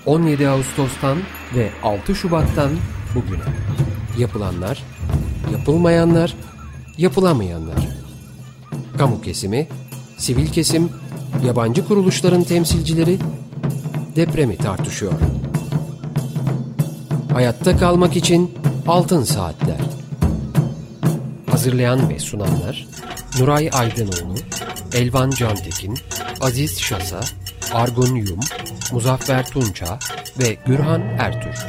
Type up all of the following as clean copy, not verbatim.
17 Ağustos'tan ve 6 Şubat'tan bugüne. Yapılanlar, yapılmayanlar, yapılamayanlar. Kamu kesimi, sivil kesim, yabancı kuruluşların temsilcileri depremi tartışıyor. Hayatta kalmak için Altın Saatler. Hazırlayan ve sunanlar Nuray Aydınoğlu, Elvan Cantekin, Aziz Şasa, Argun Yum, Muzaffer Tunça ve Gürhan Ertür.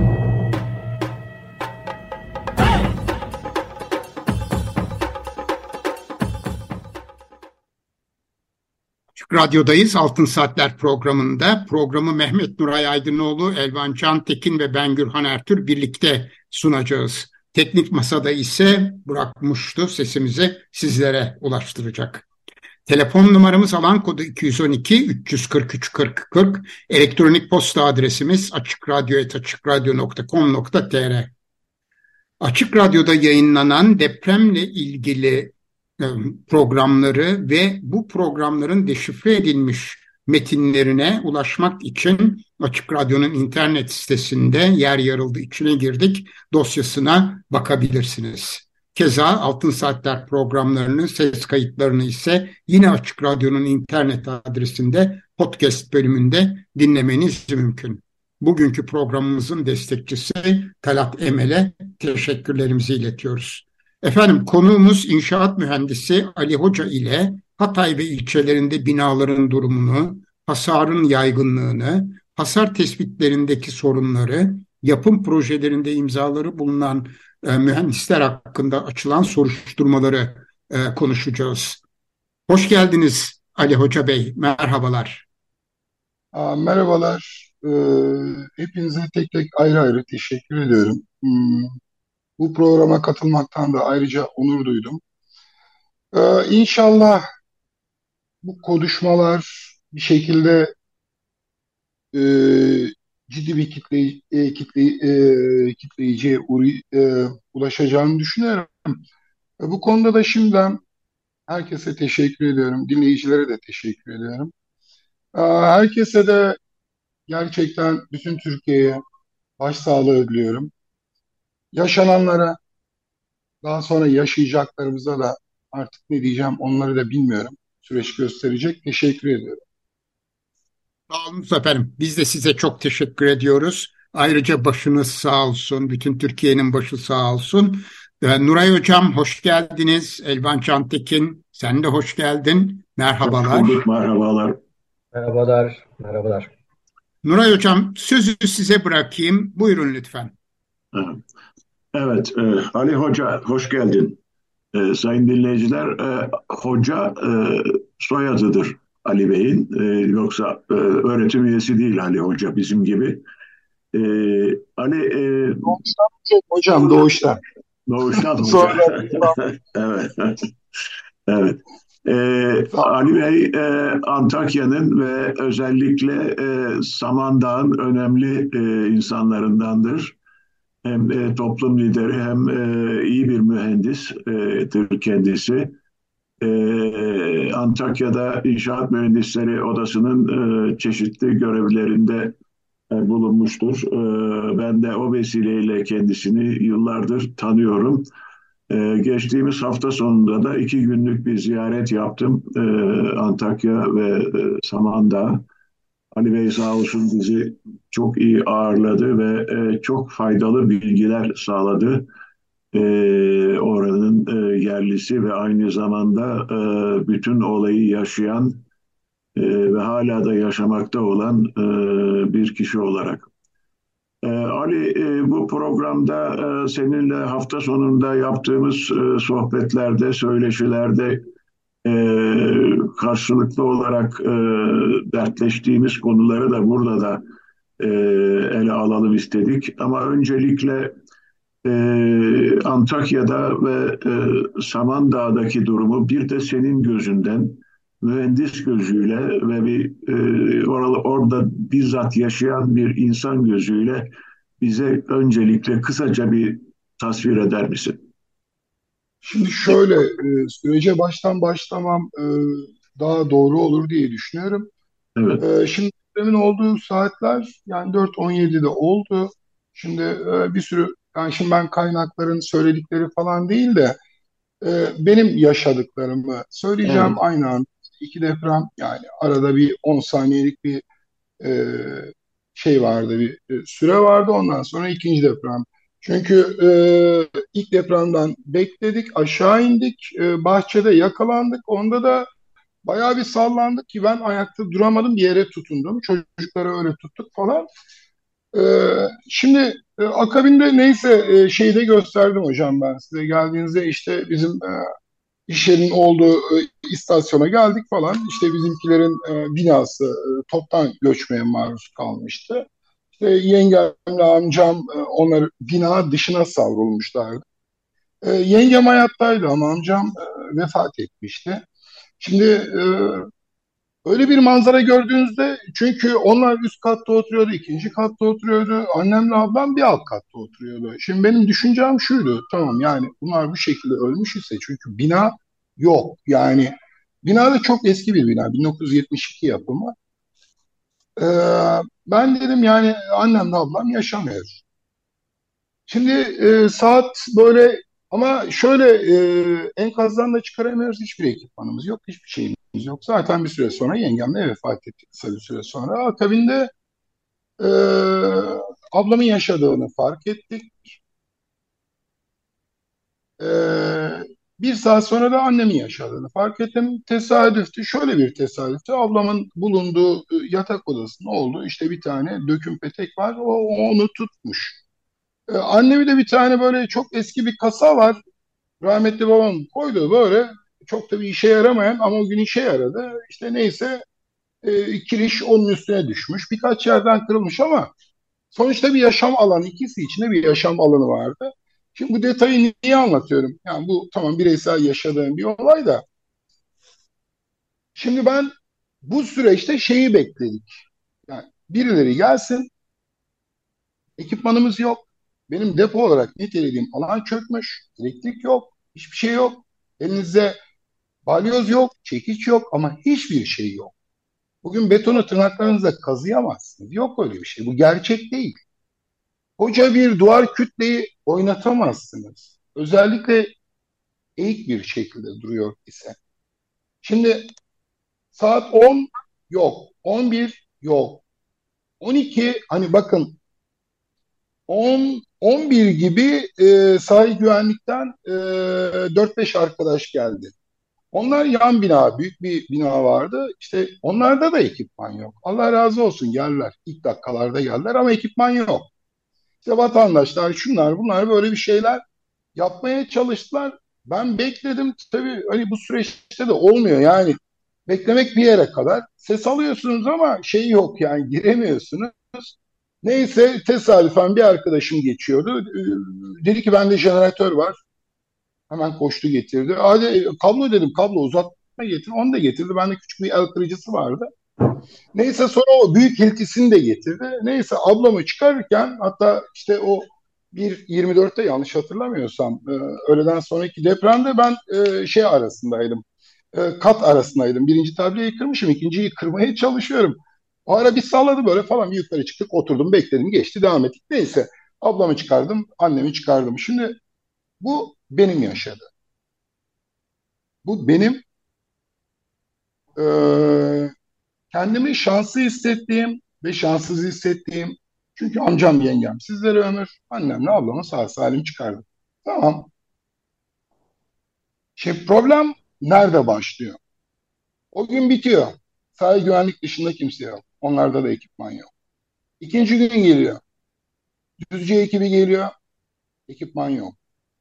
Radyodayız. Altın Saatler programında. Programı Mehmet Nuray Aydınoğlu, Elvan Cantekin ve ben Gürhan Ertür birlikte sunacağız. Teknik masada ise Burak Muştu sesimizi sizlere ulaştıracak. Telefon numaramız alan kodu 212 343 40 40. Elektronik posta adresimiz açıkradyo@açıkradyo.com.tr. Açık Radyo'da yayınlanan depremle ilgili programları ve bu programların deşifre edilmiş metinlerine ulaşmak için Açık Radyo'nun internet sitesinde yer yarıldı içine girdik dosyasına bakabilirsiniz. Keza Altın Saatler programlarının ses kayıtlarını ise yine Açık Radyo'nun internet adresinde podcast bölümünde dinlemeniz mümkün. Bugünkü programımızın destekçisi Talat Emel'e teşekkürlerimizi iletiyoruz. Efendim konuğumuz inşaat mühendisi Ali Hoca ile Hatay ve ilçelerinde binaların durumunu, hasarın yaygınlığını, hasar tespitlerindeki sorunları, yapım projelerinde imzaları bulunan mühendisler hakkında açılan soruşturmaları konuşacağız. Hoş geldiniz Ali Hoca Bey, merhabalar. Merhabalar. Hepinize tek tek ayrı ayrı teşekkür ediyorum. Bu programa katılmaktan da ayrıca onur duydum. İnşallah bu konuşmalar bir şekilde e, ciddi bir kitleyiciye ulaşacağını düşünüyorum. Bu konuda da şimdiden herkese teşekkür ediyorum. Dinleyicilere de teşekkür ediyorum. Herkese de gerçekten bütün Türkiye'ye başsağlığı diliyorum. Yaşananlara, daha sonra yaşayacaklarımıza da artık ne diyeceğim onları da bilmiyorum. Süreç gösterecek. Teşekkür ediyorum. Sağ olun efendim. Biz de size çok teşekkür ediyoruz. Ayrıca başınız sağ olsun. Bütün Türkiye'nin başı sağ olsun. Nuray Hocam hoş geldiniz. Elvan Cantekin sen de hoş geldin. Merhabalar. Hoş bulduk, merhabalar. Merhabalar, merhabalar. Nuray Hocam sözü size bırakayım. Buyurun lütfen. Evet, Ali Hoca hoş geldin. Sayın dinleyiciler, Hoca soyadıdır Ali Bey'in. Yoksa öğretim üyesi değil Ali Hoca bizim gibi. Ali Doğuştan hocam, doğuştan. Doğuştan Hoca. Evet. Evet. Ali Bey Antakya'nın ve özellikle Samandağ'ın önemli insanlarındandır. Hem toplum lideri hem iyi bir mühendistir kendisi. Antakya'da İnşaat Mühendisleri Odası'nın çeşitli görevlerinde bulunmuştur. Ben de o vesileyle kendisini yıllardır tanıyorum. Geçtiğimiz hafta sonunda da 2 günlük bir ziyaret yaptım Antakya ve Samandağ. Ali Bey sağ olsun bizi çok iyi ağırladı ve çok faydalı bilgiler sağladı. Oranın yerlisi ve aynı zamanda bütün olayı yaşayan ve hala da yaşamakta olan bir kişi olarak. Ali, bu programda seninle hafta sonunda yaptığımız sohbetlerde, söyleşilerde karşılıklı olarak dertleştiğimiz konuları da burada da ele alalım istedik. Ama öncelikle Antakya'da ve Samandağ'daki durumu bir de senin gözünden, mühendis gözüyle ve orada bizzat yaşayan bir insan gözüyle bize öncelikle kısaca bir tasvir eder misin? Şimdi şöyle, sürece baştan başlamam daha doğru olur diye düşünüyorum. Evet. Şimdi depremin olduğu saatler yani 4.17'de oldu. Şimdi bir sürü yani şimdi ben kaynakların söyledikleri falan değil de benim yaşadıklarımı söyleyeceğim Evet. aynı anda. İki deprem yani arada bir 10 saniyelik bir e, şey vardı, bir süre vardı. Ondan sonra ikinci deprem. Çünkü ilk depremden bekledik, aşağı indik, bahçede yakalandık. Onda da bayağı bir sallandık ki ben ayakta duramadım, bir yere tutundum. Çocukları öyle tuttuk falan. Şimdi akabinde neyse şeyi de gösterdim hocam ben size. Geldiğinizde işte bizim iş yerinin olduğu istasyona geldik falan. İşte bizimkilerin binası toptan göçmeye maruz kalmıştı. İşte yengemle amcam onlar bina dışına savrulmuşlardı. Yengem hayattaydı ama amcam vefat etmişti. Şimdi öyle bir manzara gördüğünüzde çünkü onlar üst katta oturuyordu, ikinci katta oturuyordu. Annemle ablam bir alt katta oturuyordu. Şimdi benim düşüncem şuydu. Tamam yani bunlar bu şekilde ölmüş ise çünkü bina yok. Yani bina da çok eski bir bina. 1972 yapımı. Ben dedim yani annemle ablam yaşamıyor. Şimdi saat böyle ama şöyle enkazdan da çıkaramıyoruz. Hiçbir ekipmanımız yok. Hiçbir şeyimiz yok. Zaten bir süre sonra yengemle vefat etti kısa bir süre sonra. Akabinde e, ablamın yaşadığını fark ettik. E, bir saat sonra da annemin yaşadığını fark ettim. Tesadüftü. Şöyle bir tesadüftü. Ablamın bulunduğu yatak odasında oldu. İşte bir tane döküm petek var. O onu tutmuş. Annemi de bir tane böyle çok eski bir kasa var. Rahmetli babam koydu böyle. Çok da bir işe yaramayan ama o gün işe yaradı. İşte neyse kiriş onun üstüne düşmüş. Birkaç yerden kırılmış ama sonuçta bir yaşam alanı, ikisi içinde bir yaşam alanı vardı. Şimdi bu detayı niye anlatıyorum? Yani bu tamam bireysel yaşadığım bir olay da. Şimdi ben bu süreçte şeyi bekledik. Yani birileri gelsin, ekipmanımız yok. Benim depo olarak nitelediğim alan çökmüş. Elektrik yok, hiçbir şey yok. Elinizde balyoz yok, çekiç yok ama hiçbir şey yok. Bugün betonu tırnaklarınızla kazıyamazsınız. Yok öyle bir şey. Bu gerçek değil. Koca bir duvar kütleyi oynatamazsınız. Özellikle eğik bir şekilde duruyor ise. Şimdi saat 10 yok. 11 yok. 12 hani bakın 10 11 gibi sahil güvenlikten 4-5 arkadaş geldi. Onlar yan bina, büyük bir bina vardı. İşte onlarda da ekipman yok. Allah razı olsun geldiler. İlk dakikalarda geldiler ama ekipman yok. İşte vatandaşlar, şunlar, bunlar böyle bir şeyler yapmaya çalıştılar. Ben bekledim. Tabii hani bu süreçte de olmuyor. Yani beklemek bir yere kadar. Ses alıyorsunuz ama şey yok yani giremiyorsunuz. Neyse tesadüfen bir arkadaşım geçiyordu. Dedi ki bende jeneratör var. Hemen koştu getirdi. Hadi kablo dedim kablo uzatma getir. Onu da getirdi. Bende küçük bir el kırıcısı vardı. Neyse sonra o büyük hiltisini de getirdi. Neyse ablamı çıkarırken hatta işte o 1.24'te yanlış hatırlamıyorsam öğleden sonraki depremde ben şey arasındaydım. Kat arasındaydım. Birinci tableyi kırmışım. İkinciyi kırmaya çalışıyorum. O ara bir salladı böyle falan bir yukarı çıktık oturdum bekledim geçti devam ettik. Neyse ablamı çıkardım annemi çıkardım. Şimdi bu benim yaşadığım. Bu benim e, kendimi şanslı hissettiğim ve şanssız hissettiğim. Çünkü amcam yengem sizlere ömür, annemle ablamı sağ salim çıkardım. Tamam. Şimdi problem nerede başlıyor? O gün bitiyor. Sahil güvenlik dışında kimse yok. Onlarda da ekipman yok. İkinci gün geliyor. Düzce ekibi geliyor. Ekipman yok.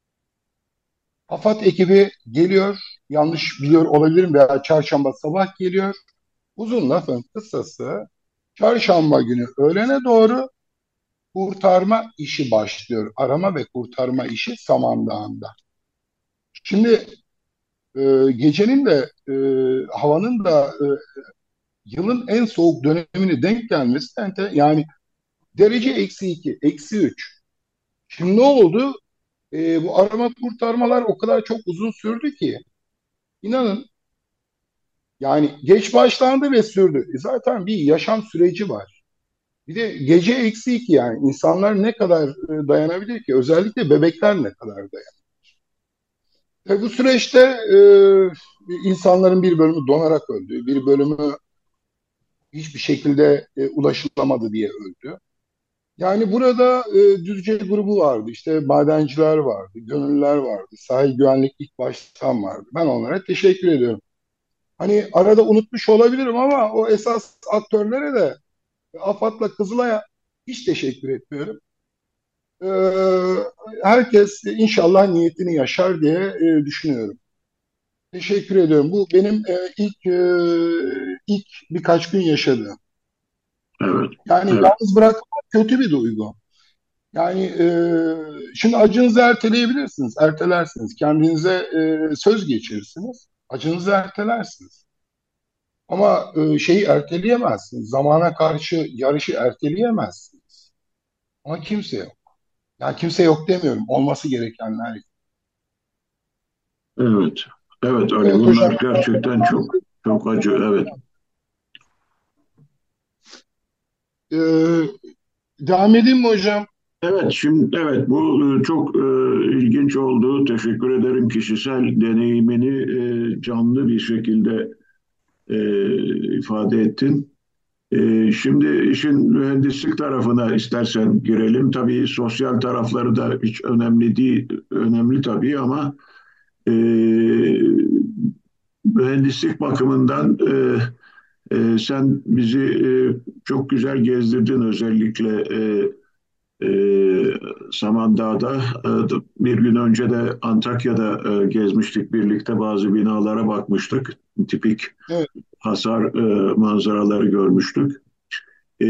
AFAD ekibi geliyor. Yanlış biliyor olabilirim veya çarşamba sabah geliyor. Uzun lafın kısası çarşamba günü öğlene doğru kurtarma işi başlıyor. Arama ve kurtarma işi Samandağ'ında. Şimdi gecenin de havanın da yılın en soğuk dönemine denk gelmesi yani derece -2, -3. Şimdi ne oldu? Bu arama kurtarmalar o kadar çok uzun sürdü ki inanın Yani geç başlandı ve sürdü. Zaten bir yaşam süreci var. Bir de gece eksi iki, yani insanlar ne kadar dayanabilir ki? Özellikle bebekler ne kadar dayanır? Ve bu süreçte insanların bir bölümü donarak öldü, bir bölümü hiçbir şekilde ulaşılamadı diye öldü. Yani burada Düzce grubu vardı, işte madenciler vardı, gönüllüler vardı, sahil güvenlik ilk baştan vardı. Ben onlara teşekkür ediyorum. Hani arada unutmuş olabilirim ama o esas aktörlere de, AFAD'la Kızılay'a hiç teşekkür etmiyorum. Herkes inşallah niyetini yaşar diye düşünüyorum. Teşekkür ediyorum. Bu benim ilk birkaç gün yaşadığım. Evet, Yani evet, yalnız bırakmak kötü bir duygu. Yani şimdi acınızı erteleyebilirsiniz, ertelersiniz. Kendinize söz geçirirsiniz, acınızı ertelersiniz. Ama şeyi erteleyemezsiniz. Zamana karşı yarışı erteleyemezsiniz. Ama kimse yok. Yani kimse yok demiyorum. Olması gerekenler. evet, evet öyle. Evet hocam. Bunlar gerçekten çok çok acı. Evet. Ee, Devam edeyim mi hocam? Evet, şimdi evet bu çok ilginç oldu. Teşekkür ederim. Kişisel deneyimini canlı bir şekilde ifade ettin. Şimdi işin mühendislik tarafına istersen girelim. Tabii sosyal tarafları da hiç önemli değil, önemli tabii ama e, mühendislik bakımından sen bizi çok güzel gezdirdin özellikle Samandağ'da. Bir gün önce de Antakya'da gezmiştik birlikte bazı binalara bakmıştık. Tipik Evet, hasar manzaraları görmüştük. E,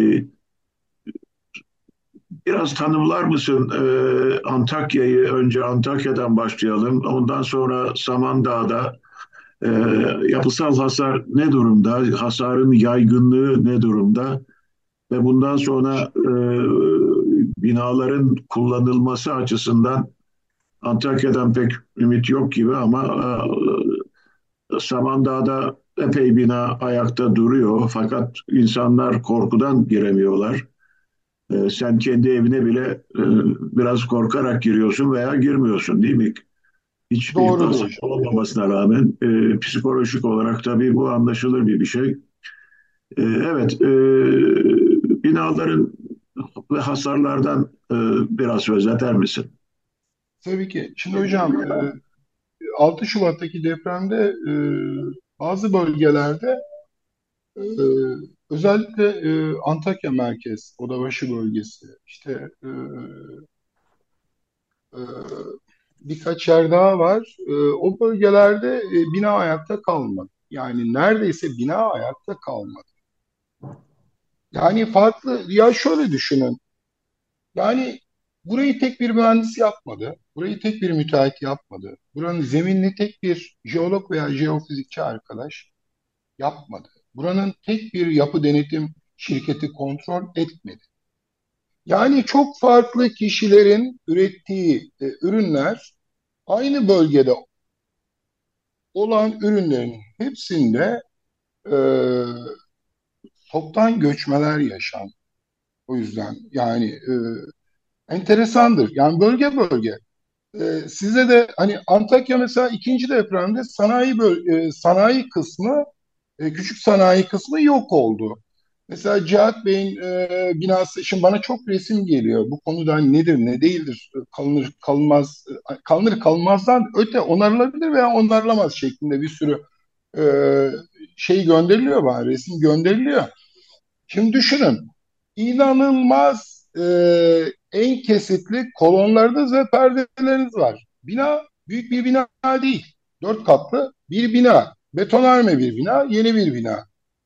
Biraz tanımlar mısın Antakya'yı? Önce Antakya'dan başlayalım. Ondan sonra Samandağ'da e, yapısal hasar ne durumda? Hasarın yaygınlığı ne durumda? Ve bundan sonra binaların kullanılması açısından Antakya'dan pek ümit yok gibi ama Samandağ'da epey bina ayakta duruyor. Fakat insanlar korkudan giremiyorlar. Sen kendi evine bile biraz korkarak giriyorsun veya girmiyorsun değil mi? Hiçbir doğrudur hasar hocam. olmamasına rağmen psikolojik olarak tabii bu anlaşılır bir şey. Evet, binaların ve hasarlardan biraz söz eder misin? Tabii ki. Şimdi hocam 6 Şubat'taki depremde bazı bölgelerde e, özellikle Antakya merkez, Odabaşı bölgesi, işte e, birkaç yer daha var. O bölgelerde bina ayakta kalmadı. Yani neredeyse bina ayakta kalmadı. Yani farklı, ya şöyle düşünün. Yani burayı tek bir mühendis yapmadı. Burayı tek bir müteahhit yapmadı. Buranın zeminini tek bir jeolog veya jeofizikçi arkadaş yapmadı. Buranın tek bir yapı denetim şirketi kontrol etmedi. Yani çok farklı kişilerin ürettiği ürünler aynı bölgede olan ürünlerin hepsinde e, toptan göçmeler yaşandı. O yüzden yani enteresandır. Yani bölge bölge. Size de hani Antakya mesela ikinci depremde sanayi kısmı, küçük sanayi kısmı yok oldu. Mesela Cihat Bey'in binası, şimdi bana çok resim geliyor. Bu konuda hani nedir ne değildir, kalınır kalmaz, kalınır kalmazdan öte onarılabilir veya onarılamaz şeklinde bir sürü e, şey gönderiliyor bana, resim gönderiliyor. Şimdi düşünün, inanılmaz en kesitli kolonlarınız ve perdeleriniz var. Bina büyük bir bina değil. 4 katlı bir bina. Betonarme bir bina, yeni bir bina.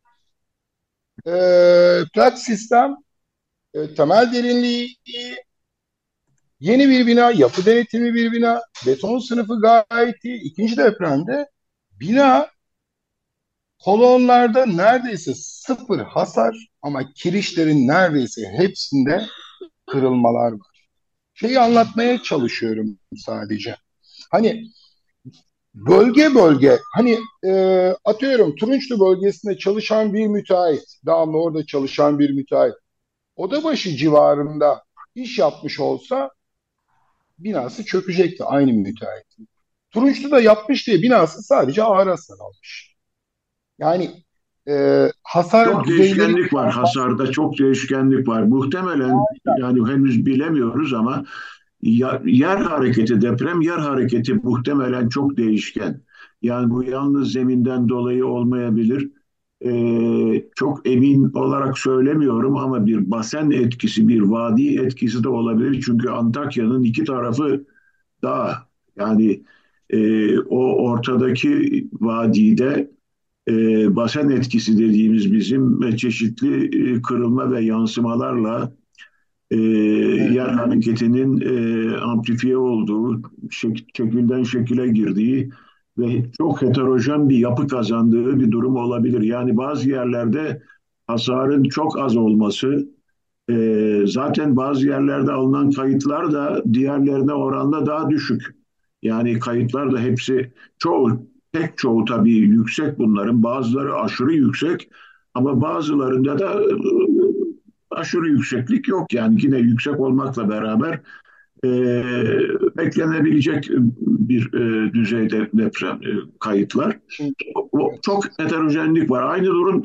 Plak sistem, temel derinliği iyi, yeni bir bina, yapı denetimi bir bina, beton sınıfı gayet iyi. İkinci depremde bina kolonlarda neredeyse sıfır hasar ama kirişlerin neredeyse hepsinde kırılmalar var. Şeyi anlatmaya çalışıyorum sadece. Hani bölge bölge hani atıyorum Turunçlu bölgesinde çalışan bir müteahhit, devamlı orada çalışan bir müteahhit Odabaşı civarında iş yapmış olsa binası çökecekti aynı müteahhit. Turunçlu da yapmış diye binası sadece ağır hasar almış. Yani hasar Çok düzeyleri değişkenlik var hasarda, çok değişkenlik var. Muhtemelen yani henüz bilemiyoruz ama yer hareketi, deprem yer hareketi muhtemelen çok değişken. Yani bu yalnız zeminden dolayı olmayabilir. Çok emin olarak söylemiyorum ama bir basen etkisi, bir vadi etkisi de olabilir. Çünkü Antakya'nın iki tarafı dağ. Yani o ortadaki vadide basen etkisi dediğimiz bizim çeşitli kırılma ve yansımalarla e, evet. yer hareketinin amplifiye olduğu, şekilden şekile girdiği ve çok heterojen bir yapı kazandığı bir durum olabilir. Yani bazı yerlerde hasarın çok az olması, zaten bazı yerlerde alınan kayıtlar da diğerlerine oranla daha düşük. Yani kayıtlar da hepsi pek çoğu tabii yüksek bunların. Bazıları aşırı yüksek ama bazılarında da aşırı yükseklik yok. Yani yine yüksek olmakla beraber e, beklenebilecek bir düzeyde deprem kayıtlar. Şimdi evet. Çok heterojenlik var. Aynı durum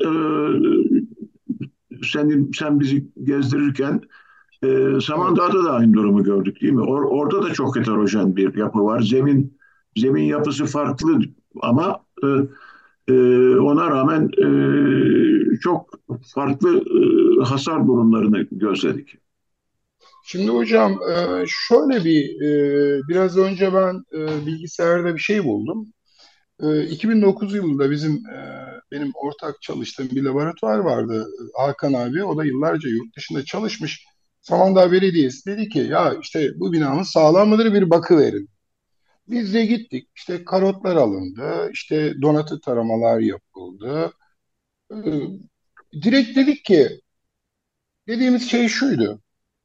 sen bizi gezdirirken Evet. Samandağ'da da aynı durumu gördük değil mi? Orada da çok heterojen bir yapı var. Zemin yapısı farklı ama ona rağmen çok farklı hasar durumlarını gözledik. Şimdi hocam şöyle biraz önce ben bilgisayarda bir şey buldum. 2009 yılında benim ortak çalıştığım bir laboratuvar vardı. Hakan abi. O da yıllarca yurt dışında çalışmış. Samandağ Belediyesi dedi ki ya işte bu binamız sağlam mıdır bir bakıverin. Biz de gittik. İşte karotlar alındı. İşte donatı taramalar yapıldı. Ee, Direkt dedik ki dediğimiz şey şuydu.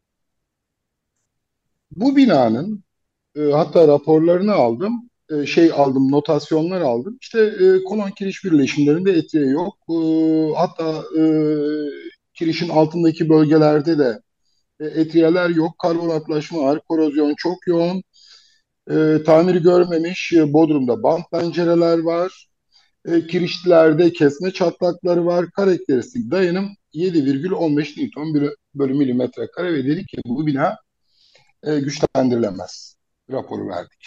Bu binanın hatta raporlarını aldım. Şey aldım, notasyonlar aldım. İşte kolon kiriş birleşimlerinde etiği yok. Hatta kirişin altındaki bölgelerde de etiyeler yok. Karbonatlaşma var, korozyon çok yoğun. Tamir görmemiş bodrumda bant pencereler var. Kirişlerde kesme çatlakları var. Karakteristik dayanım 7,15 Newton bölü milimetre kare ve dedik ki bu bina güçlendirilemez. Raporu verdik.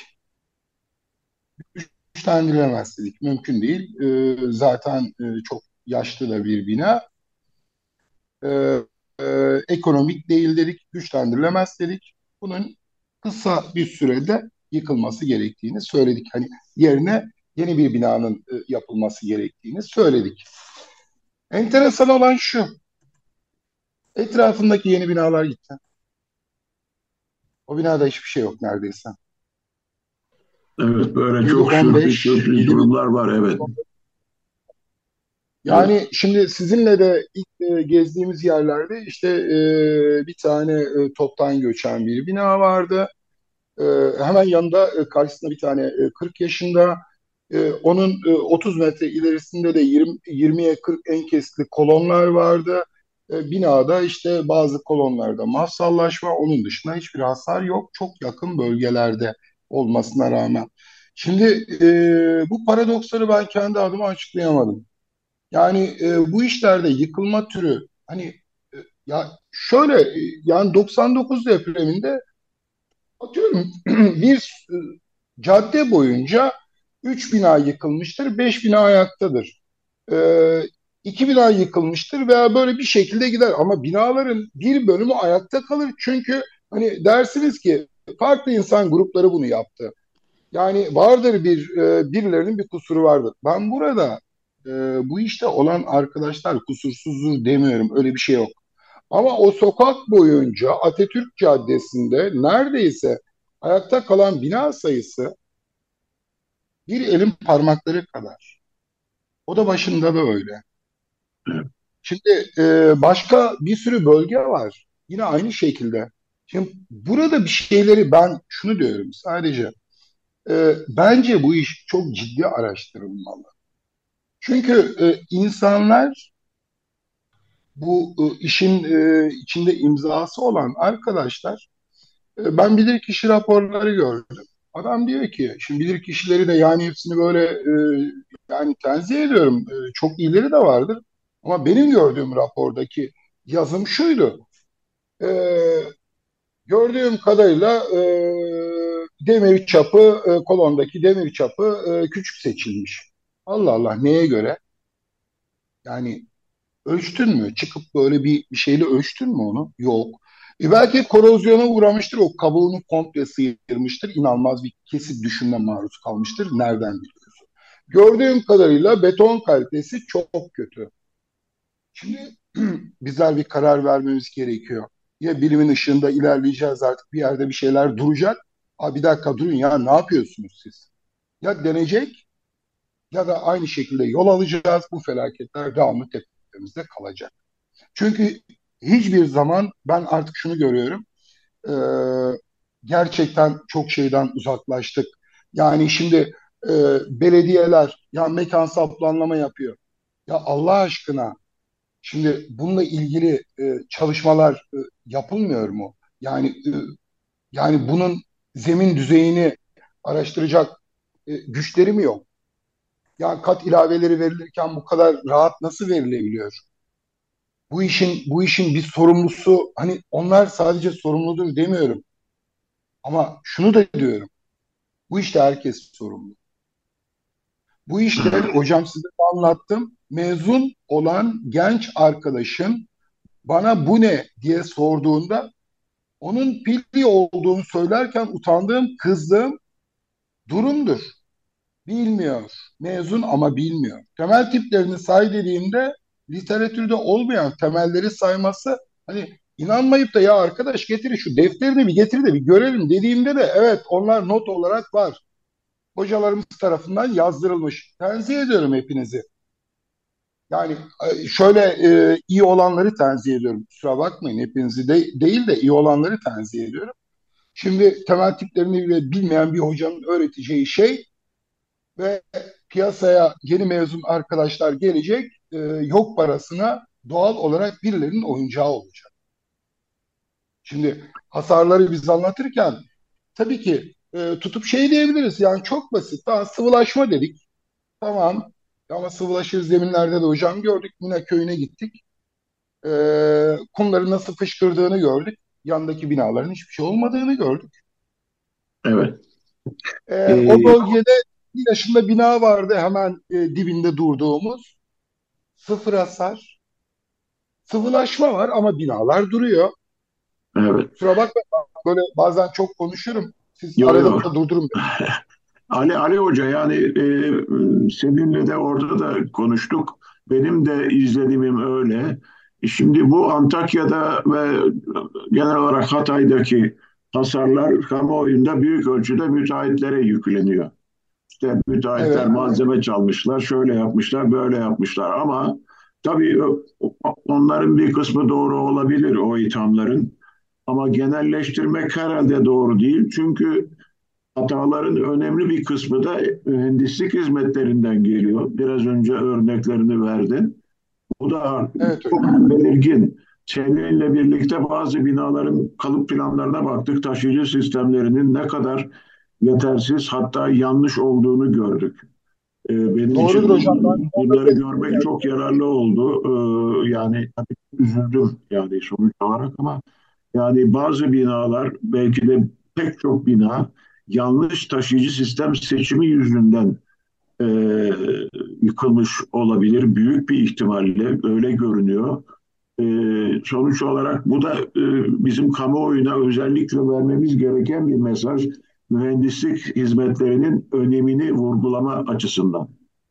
Güçlendirilemez dedik. Mümkün değil. Zaten çok yaşlı da bir bina. E, Ekonomik değil dedik. Güçlendirilemez dedik. Bunun kısa bir sürede yıkılması gerektiğini söyledik. Hani yerine yeni bir binanın yapılması gerektiğini söyledik. Enteresan olan şu. Etrafındaki yeni binalar gitti. O binada hiçbir şey yok neredeyse. Evet, böyle çok 7-15, sürpriz 7 durumlar var. Evet, evet. Yani şimdi sizinle de ilk gezdiğimiz yerlerde işte bir tane toptan göçen bir bina vardı. E, Hemen yanında karşısında bir tane 40 yaşında onun 30 metre ilerisinde de 20'ye 40 enkesli kolonlar vardı. Binada işte bazı kolonlarda mafsallaşma, onun dışında hiçbir hasar yok. Çok yakın bölgelerde olmasına rağmen. Şimdi bu paradoksları ben kendi adıma açıklayamadım. Yani bu işlerde yıkılma türü hani ya şöyle yani 99 depreminde atıyorum bir cadde boyunca 3 bina yıkılmıştır, 5 bina ayaktadır. E, 2 bina yıkılmıştır veya böyle bir şekilde gider ama binaların bir bölümü ayakta kalır. Çünkü hani dersiniz ki farklı insan grupları bunu yaptı. Yani vardır birilerinin bir kusuru vardır. Ben burada e, bu işte olan arkadaşlar kusursuzdur demiyorum. Öyle bir şey yok. Ama o sokak boyunca Atatürk Caddesi'nde neredeyse ayakta kalan bina sayısı bir elin parmakları kadar. O da başında da öyle. Şimdi başka bir sürü bölge var. Yine aynı şekilde. Şimdi burada bir şeyleri ben şunu diyorum sadece. Bence bu iş çok ciddi araştırılmalı. Çünkü insanlar bu işin içinde imzası olan arkadaşlar, ben bilirkişi raporları gördüm. Adam diyor ki, şimdi bilirkişileri de yani hepsini böyle yani tenzih ediyorum. Çok iyileri de vardır. Ama benim gördüğüm rapordaki yazım şuydu. E, Gördüğüm kadarıyla demir çapı, kolondaki demir çapı küçük seçilmiş. Allah Allah, neye göre? Yani ölçtün mü? Çıkıp böyle bir şeyle ölçtün mü onu? Yok. Belki korozyona uğramıştır, o kabuğunu komple sıyırmıştır. İnanılmaz bir kesit düşümle maruz kalmıştır. Nereden biliyorsun? Gördüğüm kadarıyla beton kalitesi çok kötü. Şimdi bizler bir karar vermemiz gerekiyor. Ya bilimin ışığında ilerleyeceğiz, artık bir yerde bir şeyler duracak. Bir dakika durun ya, ne yapıyorsunuz siz? Ya denecek ya da aynı şekilde yol alacağız. Bu felaketler devamlı tepemizde kalacak. Çünkü hiçbir zaman ben artık şunu görüyorum. e, Gerçekten çok şeyden uzaklaştık. Yani şimdi e, belediyeler ya mekansal planlama yapıyor. Ya Allah aşkına, şimdi bununla ilgili çalışmalar yapılmıyor mu? Yani bunun zemin düzeyini araştıracak güçleri mi yok? Yani kat ilaveleri verilirken bu kadar rahat nasıl verilebiliyor? Bu işin bir sorumlusu, hani onlar sadece sorumludur demiyorum. Ama şunu da diyorum. Bu işte herkes sorumlu. Bu işte hocam, size de anlattım. Mezun olan genç arkadaşın bana bu ne diye sorduğunda onun pilli olduğunu söylerken utandığım, kızdığım durumdur. Bilmiyor. Mezun ama bilmiyor. Temel tiplerini say dediğimde literatürde olmayan temelleri sayması, hani inanmayıp da ya arkadaş getirin şu defterini bir getir de bir görelim dediğimde de evet, onlar not olarak var. Hocalarımız tarafından yazdırılmış. Tenzih ediyorum hepinizi. Yani şöyle iyi olanları tenzih ediyorum. Kusura bakmayın, hepinizi değil de iyi olanları tenzih ediyorum. Şimdi temel tiplerini bile bilmeyen bir hocanın öğreteceği şey ve piyasaya yeni mezun arkadaşlar gelecek, yok parasına doğal olarak birilerinin oyuncağı olacak. Şimdi hasarları biz anlatırken tabii ki tutup şey diyebiliriz, yani çok basit. Daha sıvılaşma dedik. Tamam, ama sıvılaşır zeminlerde de hocam gördük. Mina köyüne gittik. E, Kumların nasıl fışkırdığını gördük. Yandaki binaların hiçbir şey olmadığını gördük. Evet. O Ee, bölgede bir yaşında bina vardı hemen dibinde durduğumuz. Sıfır hasar. Sıvılaşma var ama binalar duruyor. evet. Kusura bakma, böyle bazen çok konuşurum. Siz Yo arada yo. durdurun beni. Ali Hoca, yani seninle de orada da konuştuk. Benim de izlenimim öyle. Şimdi bu Antakya'da ve genel olarak Hatay'daki hasarlar kamuoyunda büyük ölçüde müteahhitlere yükleniyor. İşte müteahhitler Evet, malzeme çalmışlar, şöyle yapmışlar, böyle yapmışlar. Ama tabii onların bir kısmı doğru olabilir, o ithamların. Ama genelleştirmek herhalde doğru değil. Çünkü hataların önemli bir kısmı da mühendislik hizmetlerinden geliyor. Biraz önce örneklerini verdin. Bu da evet çok hocam. belirgin. Seninle birlikte bazı binaların kalıp planlarına baktık. Taşıyıcı sistemlerinin ne kadar yetersiz, hatta yanlış olduğunu gördük. Benim için Doğrudur hocam. Ben orada bunları görmek çok yararlı oldu. Yani tabii üzüldüm yani sonuç olarak, ama yani bazı binalar, belki de pek çok bina yanlış taşıyıcı sistem seçimi yüzünden e, yıkılmış olabilir. Büyük bir ihtimalle öyle görünüyor. Sonuç olarak bu da bizim kamuoyuna özellikle vermemiz gereken bir mesaj. Mühendislik hizmetlerinin önemini vurgulama açısından.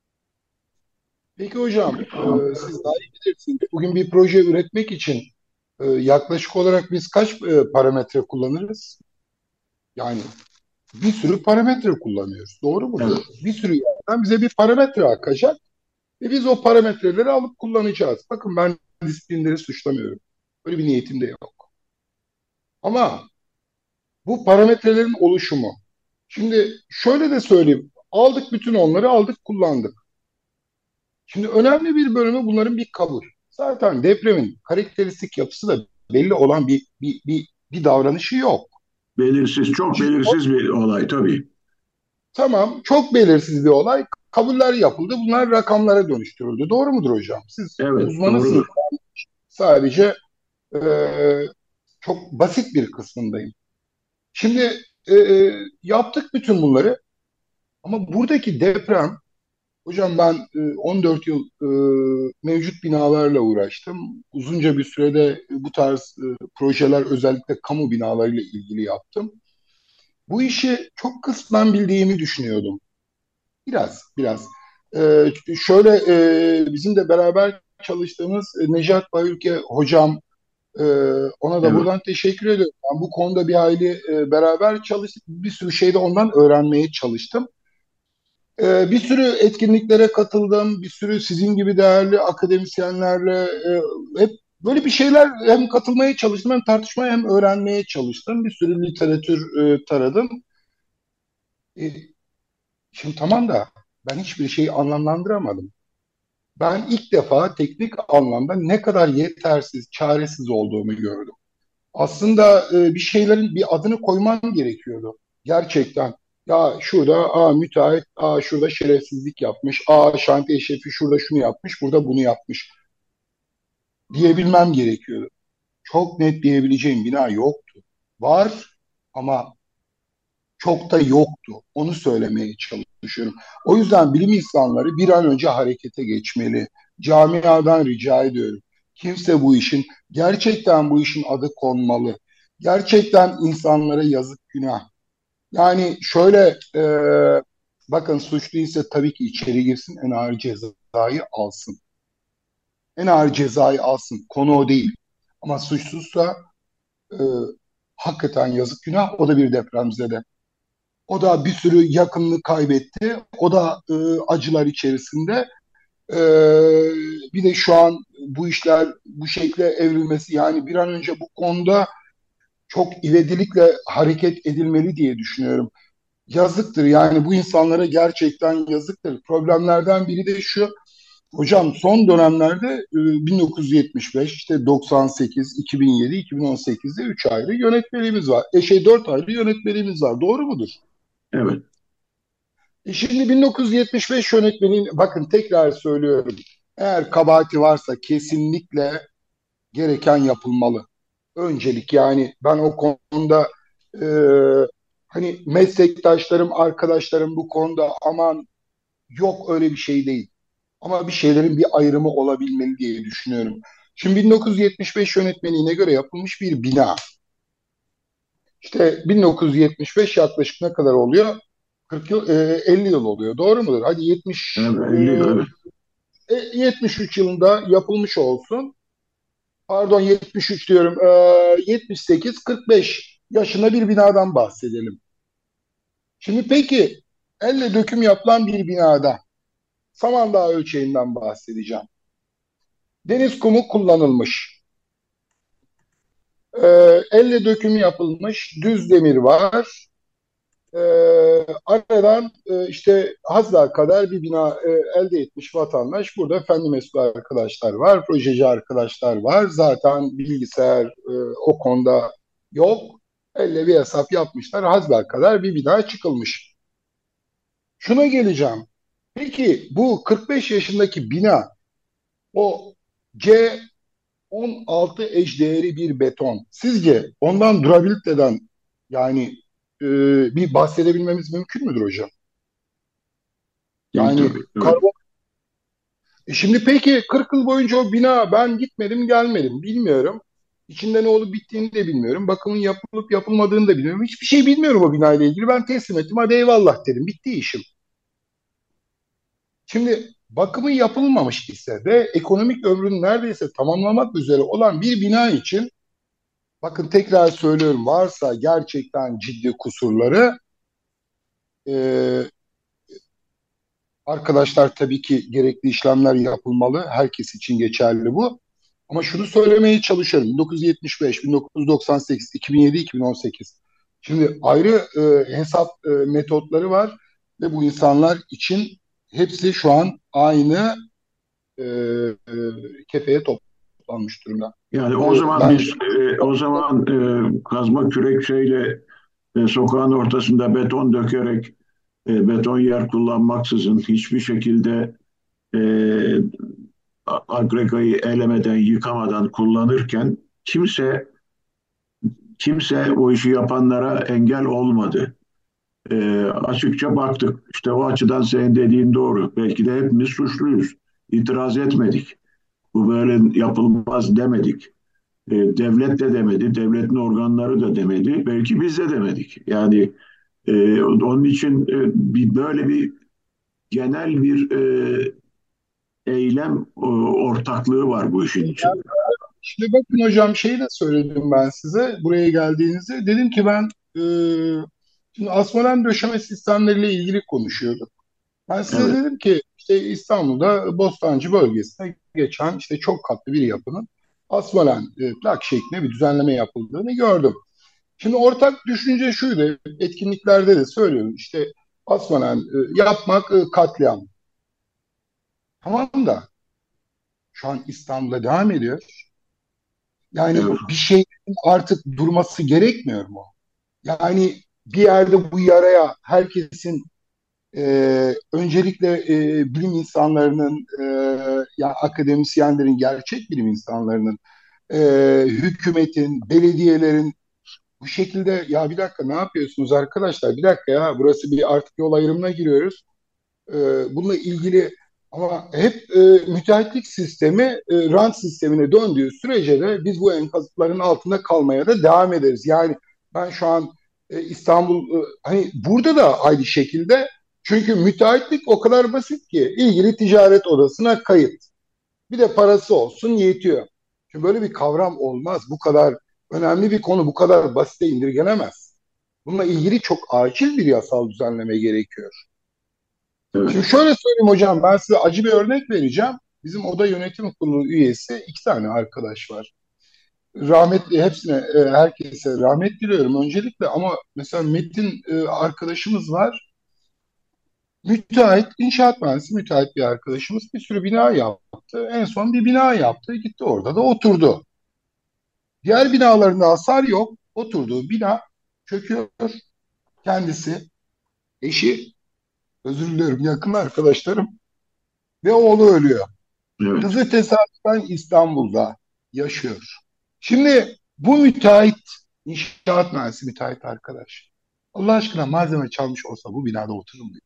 Peki hocam, siz daha iyi bilirsiniz. Bugün bir proje üretmek için yaklaşık olarak biz kaç parametre kullanırız? Yani bir sürü parametre kullanıyoruz. Doğru mudur? Evet, Bir sürü yerden bize bir parametre akacak ve biz o parametreleri alıp kullanacağız. Bakın, ben disiplinleri suçlamıyorum. Böyle bir niyetim de yok. Ama bu parametrelerin oluşumu, Şimdi şöyle de söyleyeyim. Aldık bütün onları aldık kullandık. Şimdi önemli bir bölümü bunların bir kabul. Zaten depremin karakteristik yapısı da belli olan bir davranışı yok. Belirsiz, çok Şimdi belirsiz bir olay tabii. tamam, çok belirsiz bir olay. Kabuller yapıldı. Bunlar rakamlara dönüştürüldü. Doğru mudur hocam? Siz Evet, uzmanısınız. doğrudur. Sadece e, çok basit bir kısmındayım. Şimdi yaptık bütün bunları. Ama buradaki deprem, hocam ben 14 yıl mevcut binalarla uğraştım. Uzunca bir sürede bu tarz projeler, özellikle kamu binalarıyla ilgili yaptım. Bu işi çok kısmen bildiğimi düşünüyordum. Biraz. Şöyle bizim de beraber çalıştığımız Necat Bayülke hocam, e, ona da Evet. buradan teşekkür ediyorum. Ben bu konuda bir hayli beraber çalıştık. Bir sürü şey de ondan öğrenmeye çalıştım. Bir sürü etkinliklere katıldım. Bir sürü sizin gibi değerli akademisyenlerle hep böyle bir şeyler, hem katılmaya çalıştım, hem tartışmaya, hem öğrenmeye çalıştım. Bir sürü literatür taradım. E, Şimdi tamam da ben hiçbir şeyi anlamlandıramadım. Ben ilk defa teknik anlamda ne kadar yetersiz, çaresiz olduğumu gördüm. Aslında bir şeylerin bir adını koyman gerekiyordu. Gerçekten. Ya şurada müteahhit, şurada şerefsizlik yapmış, şantiye şefi şurada şunu yapmış, burada bunu yapmış diyebilmem gerekiyordu. Çok net diyebileceğim bina yoktu. Var ama çok da yoktu. Onu söylemeye çalışıyorum. O yüzden bilim insanları bir an önce harekete geçmeli. Camiadan rica ediyorum. Kimse bu işin, gerçekten bu işin adı konmalı. Gerçekten insanlara yazık, günah. Yani şöyle bakın, suçluysa tabii ki içeri girsin, en ağır cezayı alsın. En ağır cezayı alsın. Konu o değil. Ama suçsuzsa e, hakikaten yazık, günah. O da bir depremzede. O da bir sürü yakınını kaybetti. O da acılar içerisinde. E, Bir de şu an bu işler bu şekle evrilmesi, yani bir an önce bu konuda çok ivedilikle hareket edilmeli diye düşünüyorum. Yazıktır, yani bu insanlara gerçekten yazıktır. Problemlerden biri de şu. Hocam son dönemlerde 1975, işte 98, 2007, 2018'de 3 ayrı yönetmeliğimiz var. 4 ayrı yönetmeliğimiz var. Doğru mudur? Evet. Şimdi 1975 yönetmenin, bakın tekrar söylüyorum. Eğer kabahati varsa kesinlikle gereken yapılmalı. Öncelik, yani ben o konuda e, hani meslektaşlarım, arkadaşlarım bu konuda aman yok öyle bir şey değil. Ama bir şeylerin bir ayrımı olabilmeli diye düşünüyorum. Şimdi 1975 yönetmeliğine göre yapılmış bir bina. İşte 1975 yaklaşık ne kadar oluyor? 40 yıl, 50 yıl oluyor. Doğru mudur? Hadi Evet, 50 yıl, evet. 73 yılında yapılmış olsun. Pardon, 73 diyorum. 78, 45 yaşında bir binadan bahsedelim. Şimdi peki, elle döküm yapılan bir binada Samandağ ölçeğinden bahsedeceğim. Deniz kumu kullanılmış. Elle döküm yapılmış düz demir var. e, Aradan işte Hazar kadar bir bina elde etmiş vatandaş. Burada fen mesul arkadaşlar var, projeci arkadaşlar var. Zaten bilgisayar o konuda yok. Elle bir hesap yapmışlar. Hazar kadar bir bina çıkılmış. Şuna geleceğim. Peki bu 45 yaşındaki bina, o C16 eşdeğeri bir beton. Sizce ondan durabiliteden, yani bir bahsedebilmemiz mümkün müdür hocam? Değil Yani tabii. Evet. karbon. Şimdi peki 40 yıl boyunca o bina, ben gitmedim gelmedim, bilmiyorum. İçinde ne olup bittiğini de bilmiyorum. Bakımın yapılıp yapılmadığını da bilmiyorum. Hiçbir şey bilmiyorum o binayla ilgili. Ben teslim ettim, hadi eyvallah dedim. Bitti işim. Şimdi bakımı yapılmamış ise ve ekonomik ömrünü neredeyse tamamlamak üzere olan bir bina için, bakın tekrar söylüyorum, varsa gerçekten ciddi kusurları, e, arkadaşlar tabii ki gerekli işlemler yapılmalı. Herkes için geçerli bu. Ama şunu söylemeye çalışıyorum. 1975, 1998, 2007, 2018. Şimdi ayrı hesap metotları var ve bu insanlar için hepsi şu an aynı e, e, kefeye toplanmış durumda. Yani o zaman Ben biz o zaman kazma kürek şeyle sokağın ortasında beton dökerek beton yer kullanmaksızın hiçbir şekilde e, agregayı elemeden yıkamadan kullanırken kimse o işi yapanlara engel olmadı. Açıkça baktık. İşte o açıdan senin dediğin doğru. Belki de hepimiz suçluyuz. İtiraz etmedik. Bu böyle yapılmaz demedik. Devlet de demedi, devletin organları da demedi. Belki biz de demedik. Yani onun için böyle bir genel bir eylem ortaklığı var bu işin içinde. şimdi bakın hocam şeyi de söyledim ben size buraya geldiğinizde. Dedim ki ben e, şimdi asmolen döşeme sistemleriyle ilgili konuşuyorduk. Ben size Evet, dedim ki işte İstanbul'da Bostancı bölgesine geçen işte çok katlı bir yapının asmolen plak şeklinde bir düzenleme yapıldığını gördüm. Şimdi ortak düşünce şuydu, etkinliklerde de söylüyorum işte asmanen yapmak katliam. Tamam da şu an İstanbul'da devam ediyor. Yani evet, bir şeyin artık durması gerekmiyor mu? Yani bir yerde bu yaraya herkesin öncelikle bilim insanlarının, ya akademisyenlerin, gerçek bilim insanlarının, e, hükümetin, belediyelerin bu şekilde ya bir dakika ne yapıyorsunuz arkadaşlar? Bir dakika ya burası bir artık yol ayrımına giriyoruz. Bununla ilgili ama hep müteahhitlik sistemi rant sistemine döndüğü sürece de biz bu enkazların altında kalmaya da devam ederiz. Yani ben şu an İstanbul hani burada da aynı şekilde çünkü müteahhitlik o kadar basit ki ilgili ticaret odasına kayıt. Bir de parası olsun yetiyor. Şimdi böyle bir kavram olmaz. Bu kadar önemli bir konu bu kadar basite indirgenemez. Bununla ilgili çok acil bir yasal düzenleme gerekiyor. evet. Şimdi şöyle söyleyeyim hocam, ben size acı bir örnek vereceğim. Bizim oda yönetim kurulu üyesi iki tane arkadaş var. Rahmetli hepsine, herkese rahmet diliyorum öncelikle ama mesela Metin arkadaşımız var. Müteahhit, inşaat mühendisi müteahhit bir arkadaşımız bir sürü bina yaptı. En son bir bina yaptı, gitti orada da oturdu. Diğer binalarında hasar yok. Oturduğu bina çöküyor. Kendisi, eşi, özür dilerim yakın arkadaşlarım ve oğlu ölüyor. Evet. Kızı tesadüfen İstanbul'da yaşıyor. Şimdi bu müteahhit, inşaat mühendisi müteahhit arkadaş. Allah aşkına malzeme çalmış olsa bu binada oturur mu?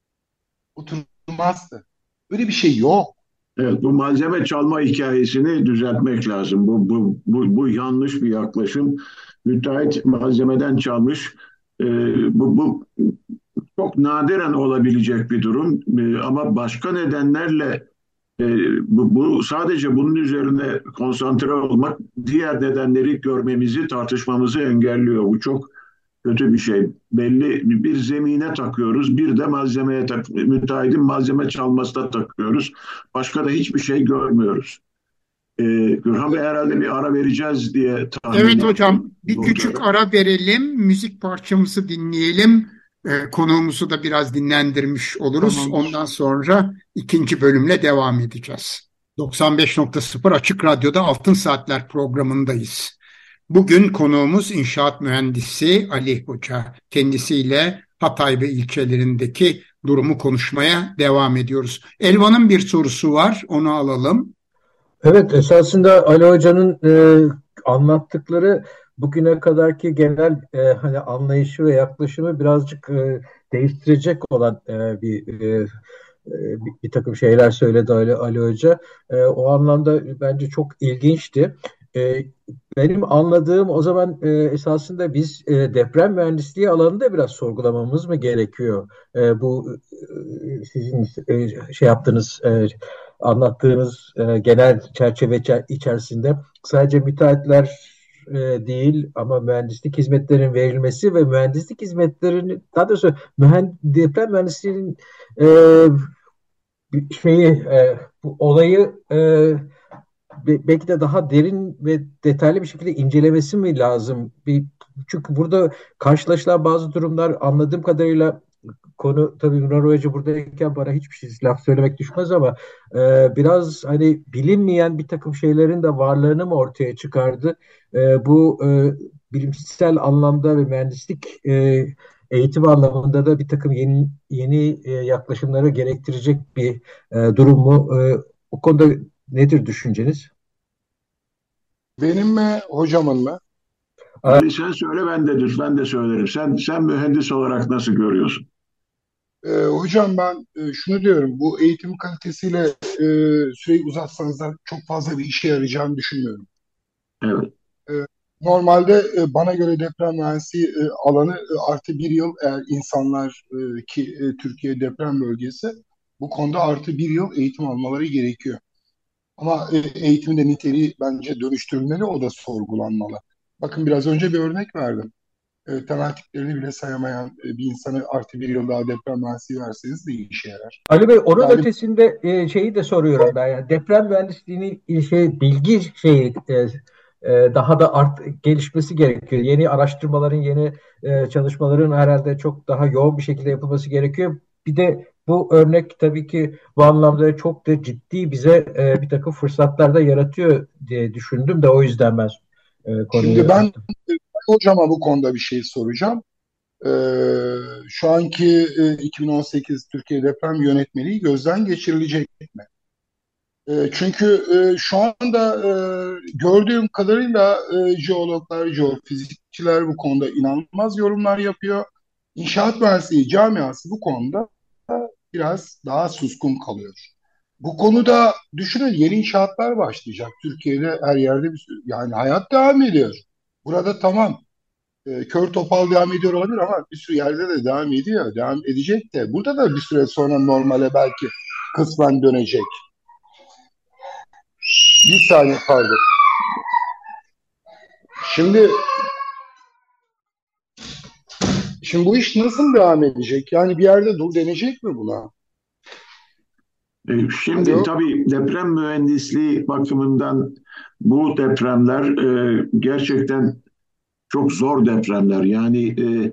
Oturmazdı. Böyle bir şey yok. Evet, bu malzeme çalma hikayesini düzeltmek lazım. Bu yanlış bir yaklaşım. Müteahhit malzemeden çalmış. Ee, bu çok nadiren olabilecek bir durum. Ama başka nedenlerle e, bu sadece bunun üzerine konsantre olmak diğer nedenleri görmemizi, tartışmamızı engelliyor. Bu çok kötü bir şey. Belli bir zemine takıyoruz, bir de müteahhitin malzeme çalmasına takıyoruz. Başka da hiçbir şey görmüyoruz. Gürhan Bey herhalde bir ara vereceğiz diye tahmin Evet hocam, ettim. bir küçük Burada. ara verelim, müzik parçamızı dinleyelim. Konuğumuzu da biraz dinlendirmiş oluruz. Tamamdır. Ondan sonra ikinci bölümle devam edeceğiz. 95.0 Açık Radyo'da Altın Saatler programındayız. Bugün konuğumuz inşaat mühendisi Ali Hoca. Kendisiyle Hatay ve ilçelerindeki durumu konuşmaya devam ediyoruz. Elvan'ın bir sorusu var, onu alalım. Evet, esasında Ali Hoca'nın anlattıkları bugüne kadarki genel hani anlayışı ve yaklaşımı birazcık değiştirecek olan bir takım şeyler söyledi Ali Hoca. O anlamda bence çok ilginçti. E, Benim anladığım o zaman esasında biz deprem mühendisliği alanında biraz sorgulamamız mı gerekiyor? Bu sizin şey yaptığınız anlattığınız genel çerçeve içerisinde sadece müteahhitler değil ama mühendislik hizmetlerinin verilmesi ve mühendislik hizmetlerinin daha doğrusu deprem mühendisliğinin e, şeyi bu olayı belki de daha derin ve detaylı bir şekilde incelemesi mi lazım? Çünkü burada karşılaşılan bazı durumlar anladığım kadarıyla, konu tabii Norveç'e buradayken bana hiçbir şey laf söylemek düşmez ama biraz hani bilinmeyen bir takım şeylerin de varlığını mı ortaya çıkardı? Bu bilimsel anlamda ve mühendislik eğitim anlamında da bir takım yeni yaklaşımlara gerektirecek bir durum mu? O konuda nedir düşünceniz? Benim mi, hocamın mı? Ali sen söyle ben de söylerim. Sen mühendis olarak nasıl görüyorsun? Hocam ben şunu diyorum, bu eğitim kalitesiyle süreyi uzatsanız da çok fazla bir işe yarayacağını düşünmüyorum. Evet. E, Normalde bana göre deprem mühendisliği alanı artı bir yıl, eğer insanlar ki Türkiye deprem bölgesi, bu konuda artı bir yıl eğitim almaları gerekiyor. Ama eğitimin de niteliği bence dönüştürülmeli, o da sorgulanmalı. Bakın biraz önce bir örnek verdim. Temel tiplerini bile sayamayan bir insanı artı bir yıl daha deprem mühendisliği verseniz de iyi işe yarar. Ali Bey, onun Yani ötesinde şeyi de soruyorum ben. Yani deprem mühendisliğinin bilgi daha da gelişmesi gerekiyor. Yeni araştırmaların, yeni çalışmaların herhalde çok daha yoğun bir şekilde yapılması gerekiyor. Bir de bu örnek tabii ki bu anlamda çok da ciddi bize bir takım fırsatlar da yaratıyor diye düşündüm de o yüzden ben konuyu şimdi ben açtım. hocama bu konuda bir şey soracağım. E, Şu anki 2018 Türkiye Deprem Yönetmeliği gözden geçirilecek mi? Çünkü şu anda gördüğüm kadarıyla jeologlar, jeofizikçiler bu konuda inanılmaz yorumlar yapıyor. İnşaat mühendisliği camiası bu konuda biraz daha suskun kalıyor. Bu konuda düşünün, yeni inşaatlar başlayacak. Türkiye'de her yerde yani hayat devam ediyor. Burada tamam, kör topal devam ediyor olabilir ama bir sürü yerde de devam ediyor. Devam edecek de. Burada da bir süre sonra normale belki kısmen dönecek. Bir saniye, pardon. Şimdi şimdi bu iş nasıl devam edecek? Yani bir yerde dur denecek mi buna? Şimdi Alo. tabii deprem mühendisliği bakımından bu depremler gerçekten çok zor depremler. Yani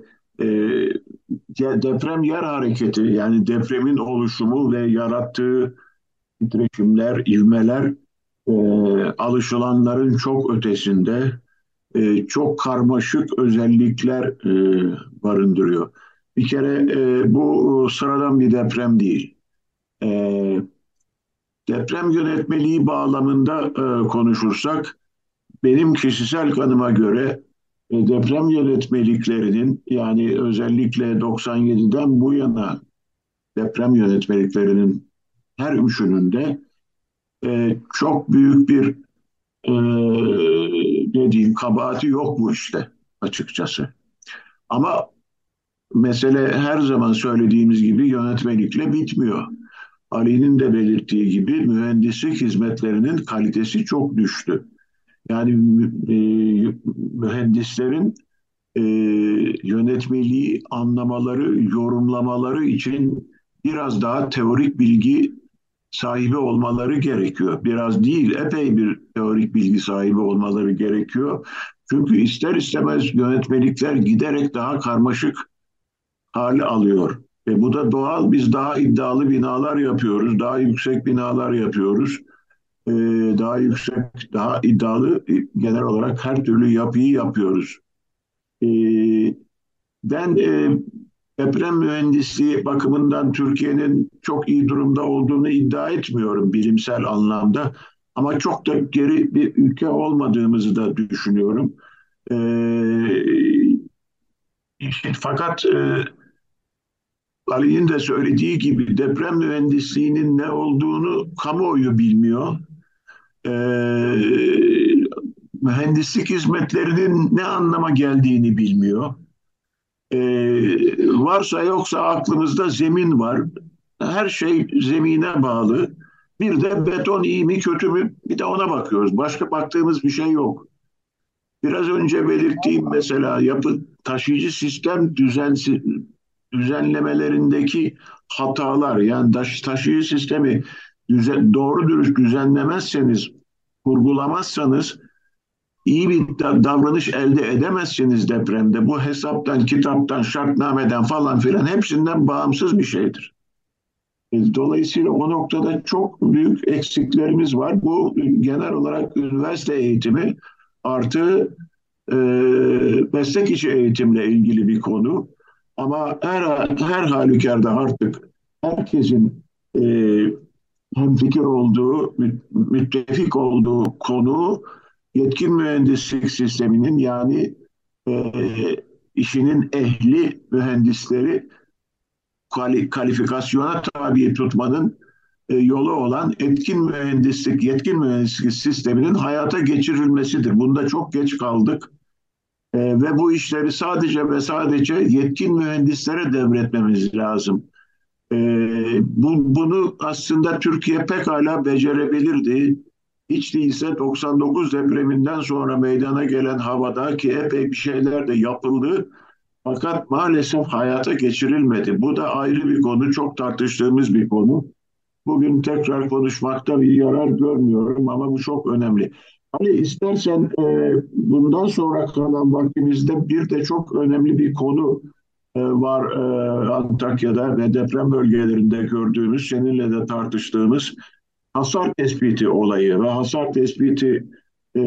deprem yer hareketi, yani depremin oluşumu ve yarattığı titreşimler, ivmeler e, alışılanların çok ötesinde, çok karmaşık özellikler barındırıyor. Bir kere bu sıradan bir deprem değil. E, Deprem yönetmeliği bağlamında konuşursak, benim kişisel kanıma göre deprem yönetmeliklerinin, yani özellikle 97'den bu yana deprem yönetmeliklerinin her üçünün de çok büyük bir e, ne diyeyim, kabahati yok bu işte açıkçası. Ama mesele her zaman söylediğimiz gibi yönetmelikle bitmiyor. Ali'nin de belirttiği gibi mühendislik hizmetlerinin kalitesi çok düştü. Yani mühendislerin e, yönetmeliği anlamaları, yorumlamaları için biraz daha teorik bilgi sahibi olmaları gerekiyor. Biraz değil, epey bir teorik bilgi sahibi olmaları gerekiyor. Çünkü ister istemez yönetmelikler giderek daha karmaşık hale alıyor. Bu da doğal. Biz daha iddialı binalar yapıyoruz, daha yüksek binalar yapıyoruz. E, Daha yüksek, daha iddialı genel olarak her türlü yapıyı yapıyoruz. E, Ben deprem mühendisliği bakımından Türkiye'nin çok iyi durumda olduğunu iddia etmiyorum bilimsel anlamda. Ama çok da geri bir ülke olmadığımızı da düşünüyorum. E, Fakat Ali'nin de söylediği gibi deprem mühendisliğinin ne olduğunu kamuoyu bilmiyor. E, Mühendislik hizmetlerinin ne anlama geldiğini bilmiyor. Varsa yoksa aklımızda zemin var. Her şey zemine bağlı. Bir de beton iyi mi kötü mü, bir de ona bakıyoruz. Başka baktığımız bir şey yok. Biraz önce belirttiğim mesela yapı taşıyıcı sistem düzenlemelerindeki hatalar, yani taşıyıcı sistemi doğru dürüst düzenlemezseniz kurgulamazsanız iyi bir davranış elde edemezsiniz depremde. Bu hesaptan, kitaptan, şartnameden falan filan hepsinden bağımsız bir şeydir. Dolayısıyla o noktada çok büyük eksiklerimiz var. Bu genel olarak üniversite eğitimi artı e, meslek içi eğitimle ilgili bir konu. Ama her halükarda artık herkesin e, hemfikir olduğu, müttefik olduğu konu yetkin mühendislik sisteminin yani e, işinin ehli mühendisleri kalifikasyona tabi tutmanın yolu olan yetkin mühendislik sisteminin hayata geçirilmesidir. Bunda çok geç kaldık. Ve bu işleri sadece ve sadece yetkin mühendislere devretmemiz lazım. Bunu aslında Türkiye pekala becerebilirdi. Hiç değilse 99 depreminden sonra meydana gelen havada ki epey bir şeyler de yapıldı. Fakat maalesef hayata geçirilmedi. Bu da ayrı bir konu, çok tartıştığımız bir konu. Bugün tekrar konuşmakta bir yarar görmüyorum ama bu çok önemli. Ali istersen bundan sonra kalan vaktimizde bir de çok önemli bir konu var Antakya'da ve deprem bölgelerinde gördüğümüz, seninle de tartıştığımız hasar tespiti olayı ve hasar e,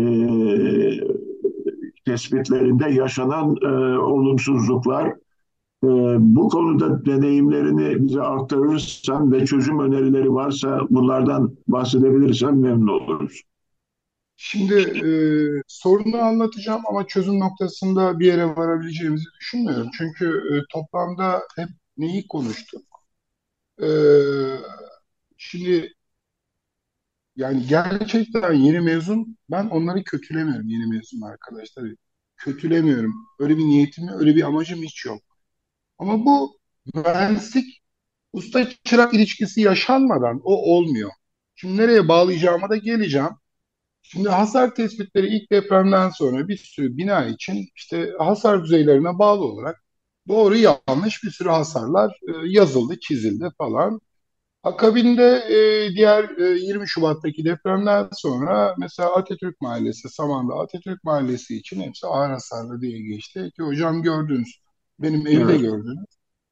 tespitlerinde yaşanan olumsuzluklar. Bu konuda deneyimlerini bize aktarırsan ve çözüm önerileri varsa bunlardan bahsedebilirsen memnun oluruz. Şimdi sorunu anlatacağım ama çözüm noktasında bir yere varabileceğimizi düşünmüyorum. Çünkü toplamda hep neyi konuştuk? E, Şimdi yani gerçekten yeni mezun, ben onları kötülemiyorum, yeni mezun arkadaşlar. Kötülemiyorum. Öyle bir niyetim, öyle bir amacım hiç yok. Ama bu mühendislik usta çırak ilişkisi yaşanmadan o olmuyor. Şimdi nereye bağlayacağıma da geleceğim. Şimdi hasar tespitleri ilk depremden sonra bir sürü bina için işte hasar düzeylerine bağlı olarak doğru yanlış bir sürü hasarlar yazıldı, çizildi falan. Akabinde diğer 20 Şubat'taki depremden sonra mesela Atatürk Mahallesi, Saman'da Atatürk Mahallesi için hepsi ağır hasarlı diye geçti. Ki hocam gördünüz, benim evi de Evet. gördünüz.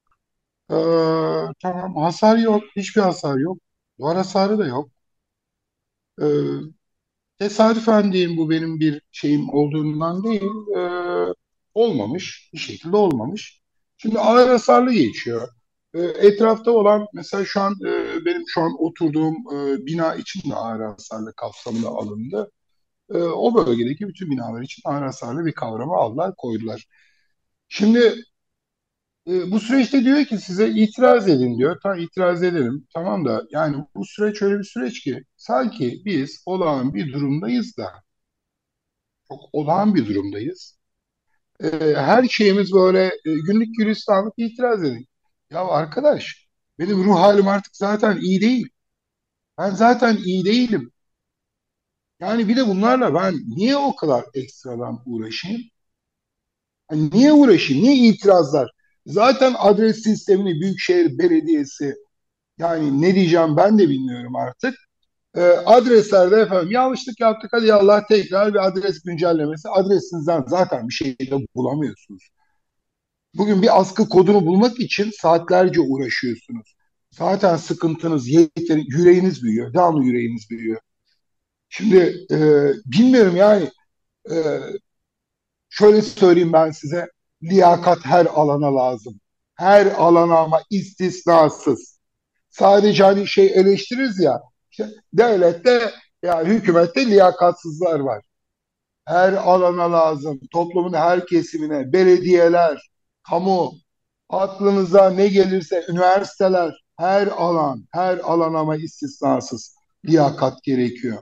Tamam, hasar yok, hiçbir hasar yok. Duvar hasarı da yok. Ee, Tesadüfen diyeyim, bu benim bir şeyim olduğundan değil, olmamış, bir şekilde olmamış. Şimdi ağır hasarlı geçiyor. Etrafta olan mesela şu an benim şu an oturduğum bina için de ağır hasarlı kapsamına alındı. O bölgedeki bütün binalar için ağır hasarlı bir kavramı aldılar, koydular. Şimdi bu süreçte diyor ki size itiraz edin diyor. Tamam, itiraz edelim. Tamam da yani bu süreç öyle bir süreç ki sanki biz olağan bir durumdayız da çok olağan bir durumdayız. Her şeyimiz böyle günlük gülistanlık itiraz edin. Ya arkadaş, benim ruh halim artık zaten iyi değil. Ben zaten iyi değilim. Yani bir de bunlarla ben niye o kadar ekstradan uğraşayım? Yani niye uğraşayım? Niye itirazlar? Zaten adres sistemini Büyükşehir Belediyesi, yani ne diyeceğim ben de bilmiyorum artık. Adreslerde efendim yanlışlık yaptık, hadi Allah tekrar bir adres güncellemesi. Adresinizden zaten bir şey de bulamıyorsunuz. Bugün bir askı kodunu bulmak için saatlerce uğraşıyorsunuz. Zaten sıkıntınız yeteri, yüreğiniz büyüyor. Devamlı yüreğiniz büyüyor. Şimdi bilmiyorum yani, e, şöyle söyleyeyim ben size. Liyakat her alana lazım. Her alana ama istisnasız. Sadece hani şey eleştiririz ya, işte devlette, ya hükümette liyakatsızlar var. Her alana lazım. Toplumun her kesimine, belediyeler, kamu, aklınıza ne gelirse, üniversiteler, her alan ama istisnasız liyakat gerekiyor.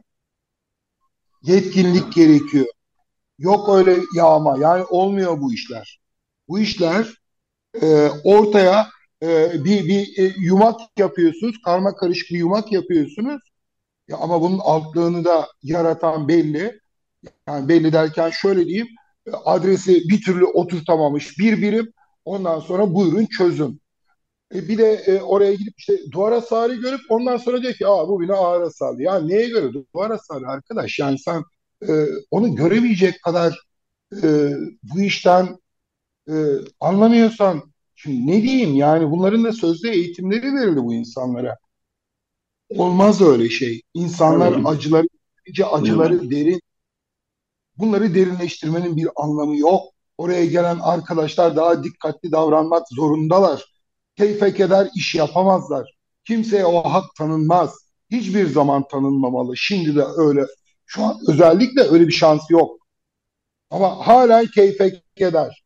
Yetkinlik gerekiyor. Yok öyle yağma. Yani olmuyor bu işler. Bu işler ortaya bir yumak yapıyorsunuz. Karma karışık bir yumak yapıyorsunuz. Ya ama bunun altlığını da yaratan belli. Yani belli derken şöyle diyeyim, adresi bir türlü oturtamamış bir birim, ondan sonra buyurun çözün. Bir de oraya gidip işte duvar hasarı görüp ondan sonra diyor ki bu bina ağır hasarlı. Ya neye göre duvar hasarı arkadaş? Yani sen onu göremeyecek kadar bu işten e, anlamıyorsan şimdi ne diyeyim yani bunların da sözde eğitimleri verildi bu insanlara. Olmaz öyle şey. İnsanlar Evet, acıları, evet, acıları derin. Bunları derinleştirmenin bir anlamı yok. Oraya gelen arkadaşlar daha dikkatli davranmak zorundalar. Keyfe keder iş yapamazlar. Kimseye o hak tanınmaz. Hiçbir zaman tanınmamalı. Şimdi de öyle. Şu an özellikle öyle bir şans yok. Ama hala keyfe keder.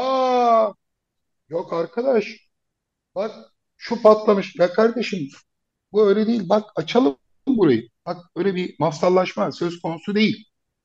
Yok arkadaş. Bak şu patlamış. Ya kardeşim bu öyle değil. Bak açalım burayı. Bak öyle bir masallaşma söz konusu değil.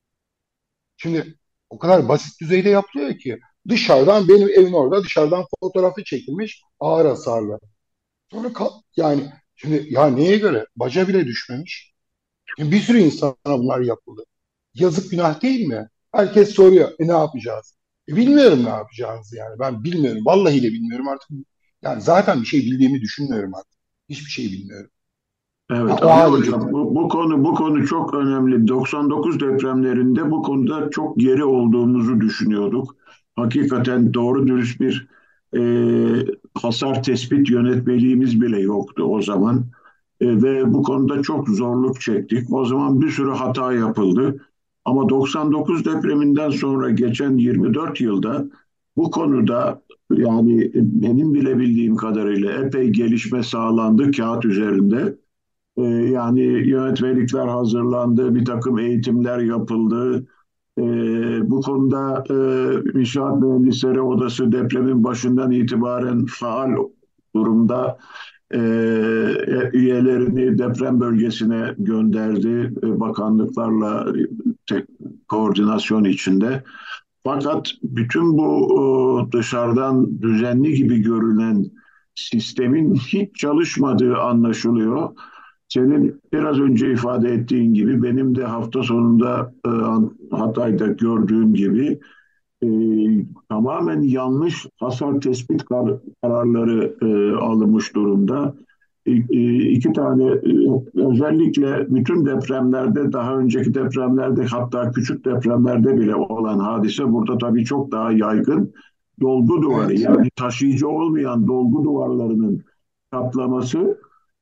Şimdi o kadar basit düzeyde yapılıyor ki dışarıdan benim evin orada dışarıdan fotoğrafı çekilmiş ağır hasarlı. Sonra yani şimdi ya neye göre? Baca bile düşmemiş. Şimdi bir sürü insana bunlar yapıldı. Yazık günah değil mi? Herkes soruyor. Ne yapacağız? Bilmiyorum ne yapacağınızı yani. Ben bilmiyorum. Vallahi de bilmiyorum artık. Yani zaten bir şey bildiğimi düşünmüyorum artık. Hiçbir şey bilmiyorum. Ha, evet. o Ali hale Hocam, getirdim. bu konu çok önemli. 99 depremlerinde bu konuda çok geri olduğumuzu düşünüyorduk. Hakikaten doğru dürüst bir e, hasar tespit yönetmeliğimiz bile yoktu o zaman. Ve bu konuda çok zorluk çektik. O zaman bir sürü hata yapıldı. Ama 99 depreminden sonra geçen 24 yılda bu konuda yani benim bile bildiğim kadarıyla epey gelişme sağlandı kağıt üzerinde. Yani yönetmelikler hazırlandı, bir takım eğitimler yapıldı. Bu konuda İnşaat Mühendisleri Odası depremin başından itibaren faal durumda e, üyelerini deprem bölgesine gönderdi bakanlıklarla koordinasyon içinde. Fakat bütün bu dışarıdan düzenli gibi görünen sistemin hiç çalışmadığı anlaşılıyor. Senin biraz önce ifade ettiğin gibi benim de hafta sonunda Hatay'da gördüğüm gibi e, tamamen yanlış hasar tespit kararları alınmış durumda. İki tane özellikle bütün depremlerde daha önceki depremlerde hatta küçük depremlerde bile olan hadise burada tabii çok daha yaygın dolgu duvarı Evet. yani taşıyıcı olmayan dolgu duvarlarının patlaması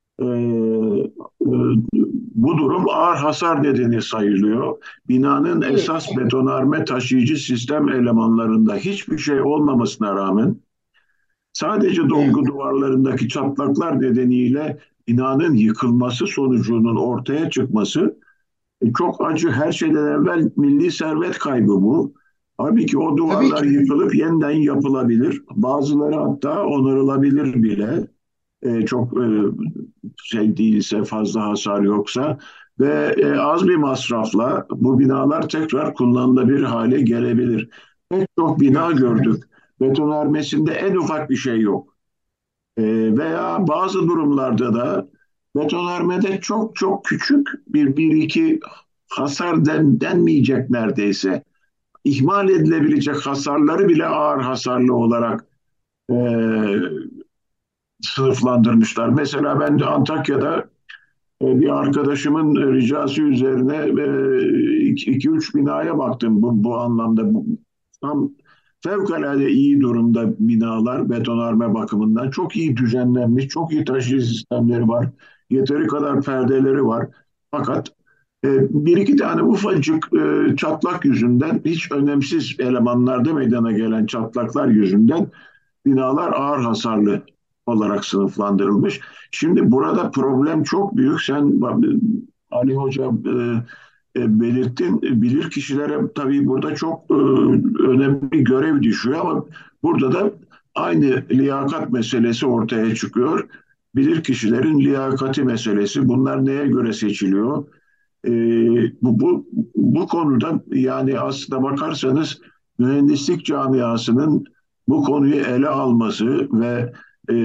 bu durum ağır hasar nedeni sayılıyor. Binanın Evet. esas betonarme taşıyıcı sistem elemanlarında hiçbir şey olmamasına rağmen sadece Evet. dolgu duvarlarındaki çatlaklar nedeniyle binanın yıkılması sonucunun ortaya çıkması çok acı. Her şeyden evvel milli servet kaybı bu. Halbuki o Tabii duvarlar ki. yıkılıp yeniden yapılabilir. Bazıları hatta onarılabilir bile. Çok şey değilse, fazla hasar yoksa ve az bir masrafla bu binalar tekrar kullanılabilir hale gelebilir. Pek çok bina Evet. gördük. Betonarmesinde en ufak bir şey yok. Veya bazı durumlarda da betonarmede çok çok küçük bir iki hasar denmeyecek neredeyse. İhmal edilebilecek hasarları bile ağır hasarlı olarak e, sınıflandırmışlar. Mesela ben de Antakya'da bir arkadaşımın ricası üzerine iki üç binaya baktım bu anlamda. Tam fevkalade iyi durumda binalar betonarme bakımından. Çok iyi düzenlenmiş, çok iyi taşıyıcı sistemleri var. Yeteri kadar perdeleri var. Fakat bir iki tane ufacık çatlak yüzünden hiç önemsiz elemanlarda meydana gelen çatlaklar yüzünden binalar ağır hasarlı olarak sınıflandırılmış. Şimdi burada problem çok büyük. Sen Ali Hoca belirttin. Bilir kişilere tabii burada çok önemli bir görev düşüyor ama burada da aynı liyakat meselesi ortaya çıkıyor. Bilir kişilerin liyakati meselesi. Bunlar neye göre seçiliyor? E, bu konuda yani aslında bakarsanız mühendislik camiasının bu konuyu ele alması ve e,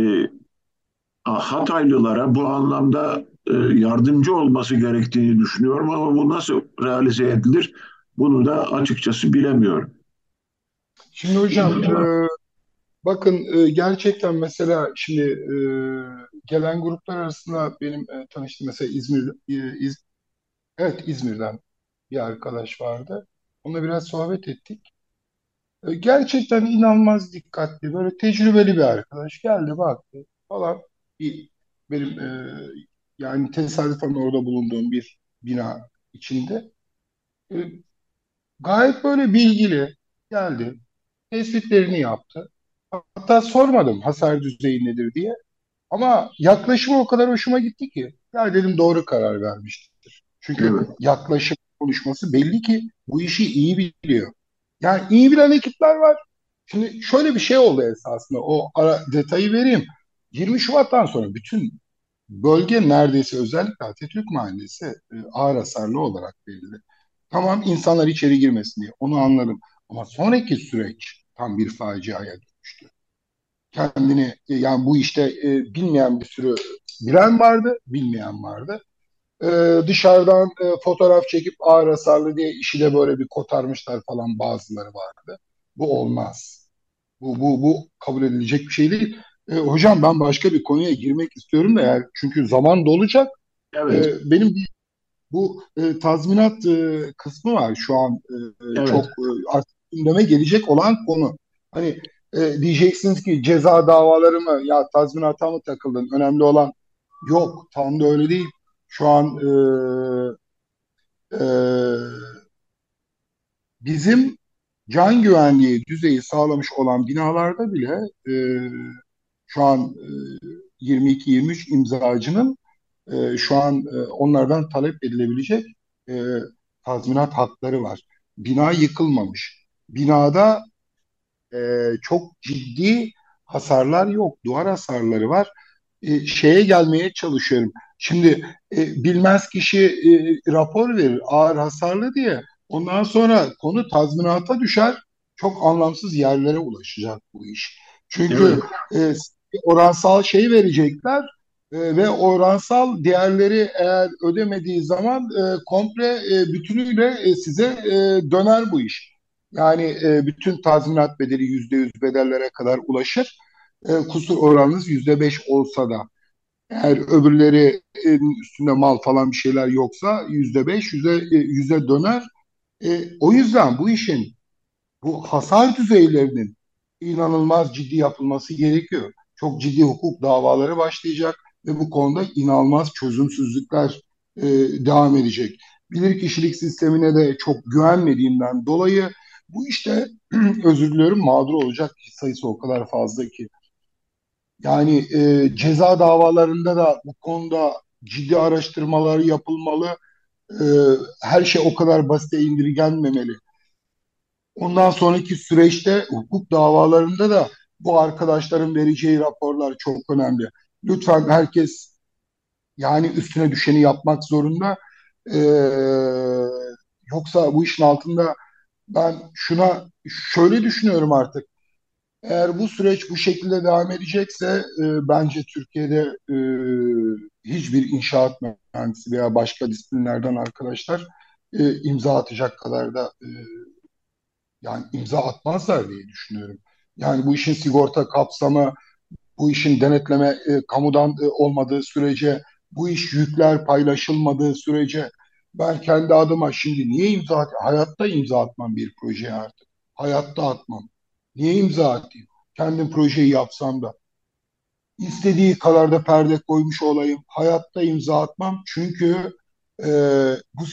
Hataylılara bu anlamda yardımcı olması gerektiğini düşünüyorum ama bu nasıl realize edilir? Bunu da açıkçası bilemiyorum. Şimdi hocam Bakın gerçekten mesela şimdi gelen gruplar arasında benim tanıştığım mesela evet, İzmir'den bir arkadaş vardı. Onunla biraz sohbet ettik. Gerçekten inanılmaz dikkatli, böyle tecrübeli bir arkadaş. Geldi baktı falan. Bir, benim yani tesadüfen orada bulunduğum bir bina içinde. E, Gayet böyle bilgili geldi. Tespitlerini yaptı. Hatta sormadım hasar düzeyi nedir diye. Ama yaklaşımı o kadar hoşuma gitti ki. Ya dedim, doğru karar vermiştir. Çünkü Evet. yaklaşım konuşması belli ki bu işi iyi biliyor. Yani iyi bilen ekipler var. Şimdi şöyle bir şey oldu esasında. O ara detayı vereyim. 20 Şubat'tan sonra bütün bölge neredeyse, özellikle Atatürk Mahallesi ağır hasarlı olarak verildi. Tamam, insanlar içeri girmesin diye onu anladım. Ama sonraki süreç tam bir faciaya dönüştü. Kendini yani bu işte bilmeyen bir sürü bilen vardı, bilmeyen vardı. Dışarıdan fotoğraf çekip ağır hasarlı diye işi de böyle bir kotarmışlar falan, bazıları vardı. Bu olmaz. Bu kabul edilecek bir şey değil. Hocam, ben başka bir konuya girmek istiyorum da, yani çünkü zaman dolacak. Evet. Benim bu tazminat kısmı var şu an, çok Evet. artık gündeme gelecek olan konu. Hani diyeceksiniz ki ceza davaları mı, ya tazminata mı takıldın? Önemli olan yok. Tam da öyle değil. Şu an e, bizim can güvenliği düzeyi sağlamış olan binalarda bile e, şu an 22-23 imzacının şu an onlardan talep edilebilecek e, tazminat hakları var. Bina yıkılmamış. Binada çok ciddi hasarlar yok. Duvar hasarları var. Şeye gelmeye çalışıyorum. Şimdi bilmez kişi rapor verir ağır hasarlı diye. Ondan sonra konu tazminata düşer. Çok anlamsız yerlere ulaşacak bu iş. Çünkü Evet. oransal şey verecekler ve oransal değerleri eğer ödemediği zaman komple bütünüyle size döner bu iş. Yani bütün tazminat bedeli %100 bedellere kadar ulaşır. Kusur oranınız %5 olsa da, eğer öbürleri üstünde mal falan bir şeyler yoksa %5, yüze döner. O yüzden bu işin, bu hasar düzeylerinin inanılmaz ciddi yapılması gerekiyor. Çok ciddi hukuk davaları başlayacak ve bu konuda inanılmaz çözümsüzlükler e, devam edecek. Bilirkişilik sistemine de çok güvenmediğimden dolayı bu işte özür diliyorum, mağdur olacak kişi sayısı o kadar fazla ki. Yani ceza davalarında da bu konuda ciddi araştırmalar yapılmalı. E, Her şey o kadar basite indirgenmemeli. Ondan sonraki süreçte hukuk davalarında da bu arkadaşların vereceği raporlar çok önemli. Lütfen herkes yani üstüne düşeni yapmak zorunda. Ee, Yoksa bu işin altında, ben şuna şöyle düşünüyorum artık. Eğer bu süreç bu şekilde devam edecekse bence Türkiye'de hiçbir inşaat mühendisi veya başka disiplinlerden arkadaşlar imza atacak kadar da yani imza atmazlar diye düşünüyorum. Yani bu işin sigorta kapsamı, bu işin denetleme kamudan olmadığı sürece, bu iş yükler paylaşılmadığı sürece, ben kendi adıma şimdi niye hayatta imza atmam bir projeye artık. Hayatta atmam. Niye imza atayım? Kendim projeyi yapsam da. İstediği kadar da perde koymuş olayım. Hayatta imza atmam. Çünkü e, bu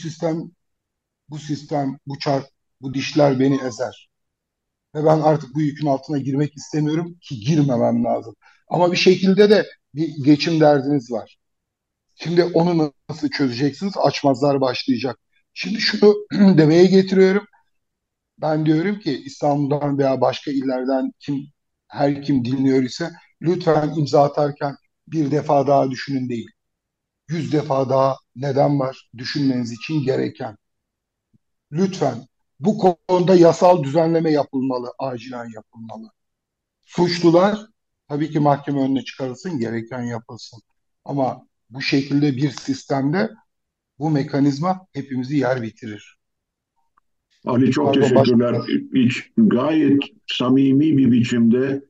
sistem, bu çark, bu dişler beni ezer. Ve ben artık bu yükün altına girmek istemiyorum ki girmemem lazım. Ama bir şekilde de bir geçim derdiniz var. Şimdi onu nasıl çözeceksiniz? Açmazlar başlayacak. Şimdi şunu demeye getiriyorum. Ben diyorum ki İstanbul'dan veya başka illerden her kim dinliyor ise lütfen imza atarken bir defa daha düşünün değil. 100 defa daha neden var düşünmeniz için gereken. Lütfen bu konuda yasal düzenleme yapılmalı, acilen yapılmalı. Suçlular tabii ki mahkeme önüne çıkarılsın, gereken yapılsın. Ama bu şekilde bir sistemde bu mekanizma hepimizi yer bitirir. Ali, çok Pardon, başka. teşekkürler. Hiç gayet samimi bir biçimde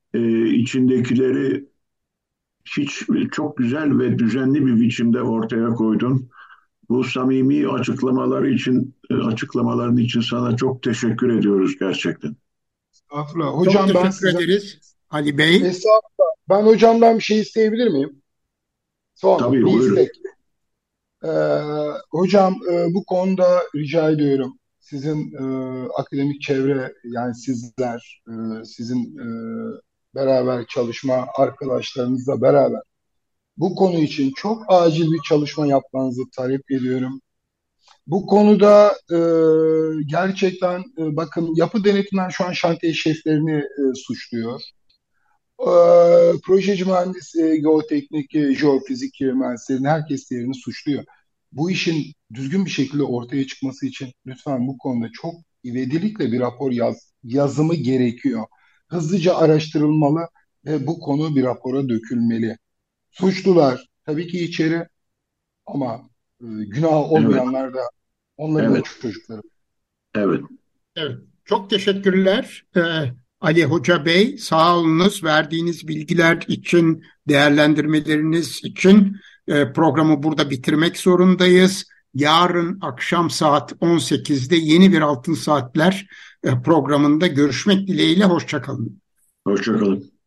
içindekileri hiç çok güzel ve düzenli bir biçimde ortaya koydun. Bu samimi açıklamaların için sana çok teşekkür ediyoruz gerçekten. Estağfurullah. Çok Hocam ben teşekkür size ederiz Ali Bey. estağfurullah. Ben hocamdan bir şey isteyebilir miyim? Son Tabii bir buyurun. istek. Ee, hocam bu konuda rica ediyorum. Sizin akademik çevre yani sizler, sizin beraber çalışma arkadaşlarınızla beraber bu konu için çok acil bir çalışma yapmanızı talep ediyorum. Bu konuda gerçekten bakın yapı denetimden şu an şantiye şeflerini suçluyor. Projeci mühendisi, geoteknik, jeofizik mühendislerin herkes diğerini suçluyor. Bu işin düzgün bir şekilde ortaya çıkması için lütfen bu konuda çok ivedilikle bir rapor yazımı gerekiyor. Hızlıca araştırılmalı ve bu konu bir rapora dökülmeli. Suçlular tabii ki içeri ama günah Evet, olmayanlar da onların da evet, çocukları. evet. Evet, çok teşekkürler Ali Hoca Bey. Sağ olunuz verdiğiniz bilgiler için, değerlendirmeleriniz için. Programı burada bitirmek zorundayız. Yarın akşam saat 18'de yeni bir Altın Saatler programında görüşmek dileğiyle. Hoşça kalın. Hoşça kalın.